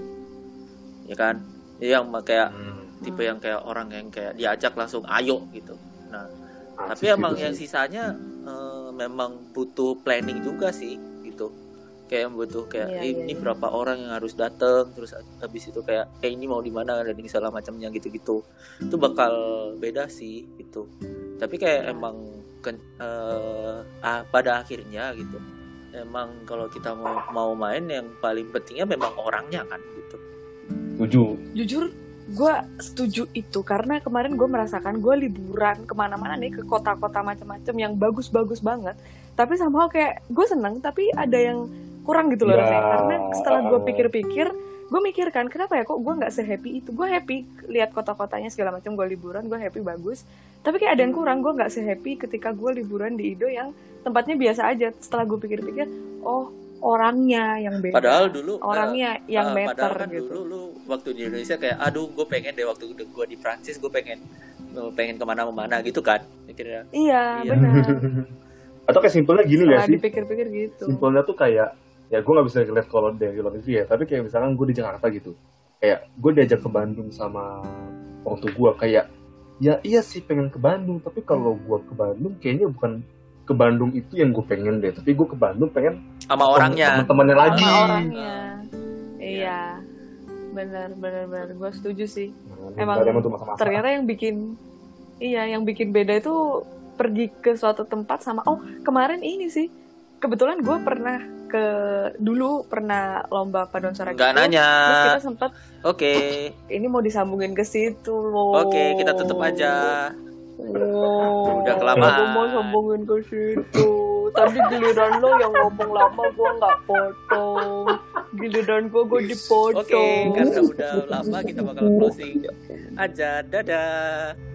ya kan, yang kayak Hmm. tipe yang kayak orang yang kayak diajak langsung ayo gitu. Nah Asik tapi emang gitu yang sih. sisanya eh, memang butuh planning juga sih gitu, kayak butuh kayak Iya, eh, iya, ini iya. berapa orang yang harus datang, terus habis itu kayak eh ini mau di mana dan segala macamnya gitu-gitu, itu bakal beda sih gitu. Tapi kayak emang ken- eh, ah, pada akhirnya gitu emang kalau kita mau mau main yang paling pentingnya memang orangnya kan gitu. Setuju. Jujur gue setuju itu karena kemarin gue merasakan gue liburan kemana-mana nih ke kota-kota macam-macam yang bagus-bagus banget, tapi somehow kayak gue seneng tapi ada yang kurang gitu loh Ya, rasanya. Karena setelah gue uh, pikir-pikir, gue mikir kan kenapa ya kok gue nggak se-happy itu. Gue happy lihat kota-kotanya segala macam, gue liburan gue happy bagus, tapi kayak ada yang kurang. Gue nggak se-happy ketika gue liburan di Ido yang tempatnya biasa aja. Setelah gue pikir-pikir, oh orangnya yang beda, Padahal dulu orangnya eh, yang eh, meter padahal kan gitu. dulu lu waktu di Indonesia kayak aduh gue pengen deh waktu gue di Prancis gue pengen pengen kemana-mana gitu kan mikirnya. Iya, Iya. benar. Atau kayak simpelnya gini Setelah gak sih? dipikir-pikir gitu. Simpelnya tuh kayak, ya gue gak bisa ngeliat kalau dari luar negeri ya, tapi kayak misalkan gue di Jakarta gitu, kayak gue diajak ke Bandung sama orang tua gue, kayak ya iya sih pengen ke Bandung, tapi kalau gue ke Bandung kayaknya bukan ke Bandung itu yang gue pengen deh, tapi gue ke Bandung pengen Sama orangnya. teman-temannya lagi. Sama orangnya. Iya. Iya. Benar, benar, benar. Gue setuju sih. Nah, Emang nggak ada tuh masa-masa. ternyata yang bikin iya, yang bikin beda itu pergi ke suatu tempat sama oh, kemarin ini sih. Kebetulan gue pernah ke dulu pernah lomba paduan suara Nggak gitu. nanya. Terus kita sempat Oke. ini mau disambungin ke situ loh. Oke, kita tutup aja. Oh, Udah kelamaan. gue mau sambungin ke situ. Tadi giliran lo yang ngomong lama, gue nggak potong. Giliran gue, gue dipotong. Oke, karena udah lama kita bakal closing aja. Dadah.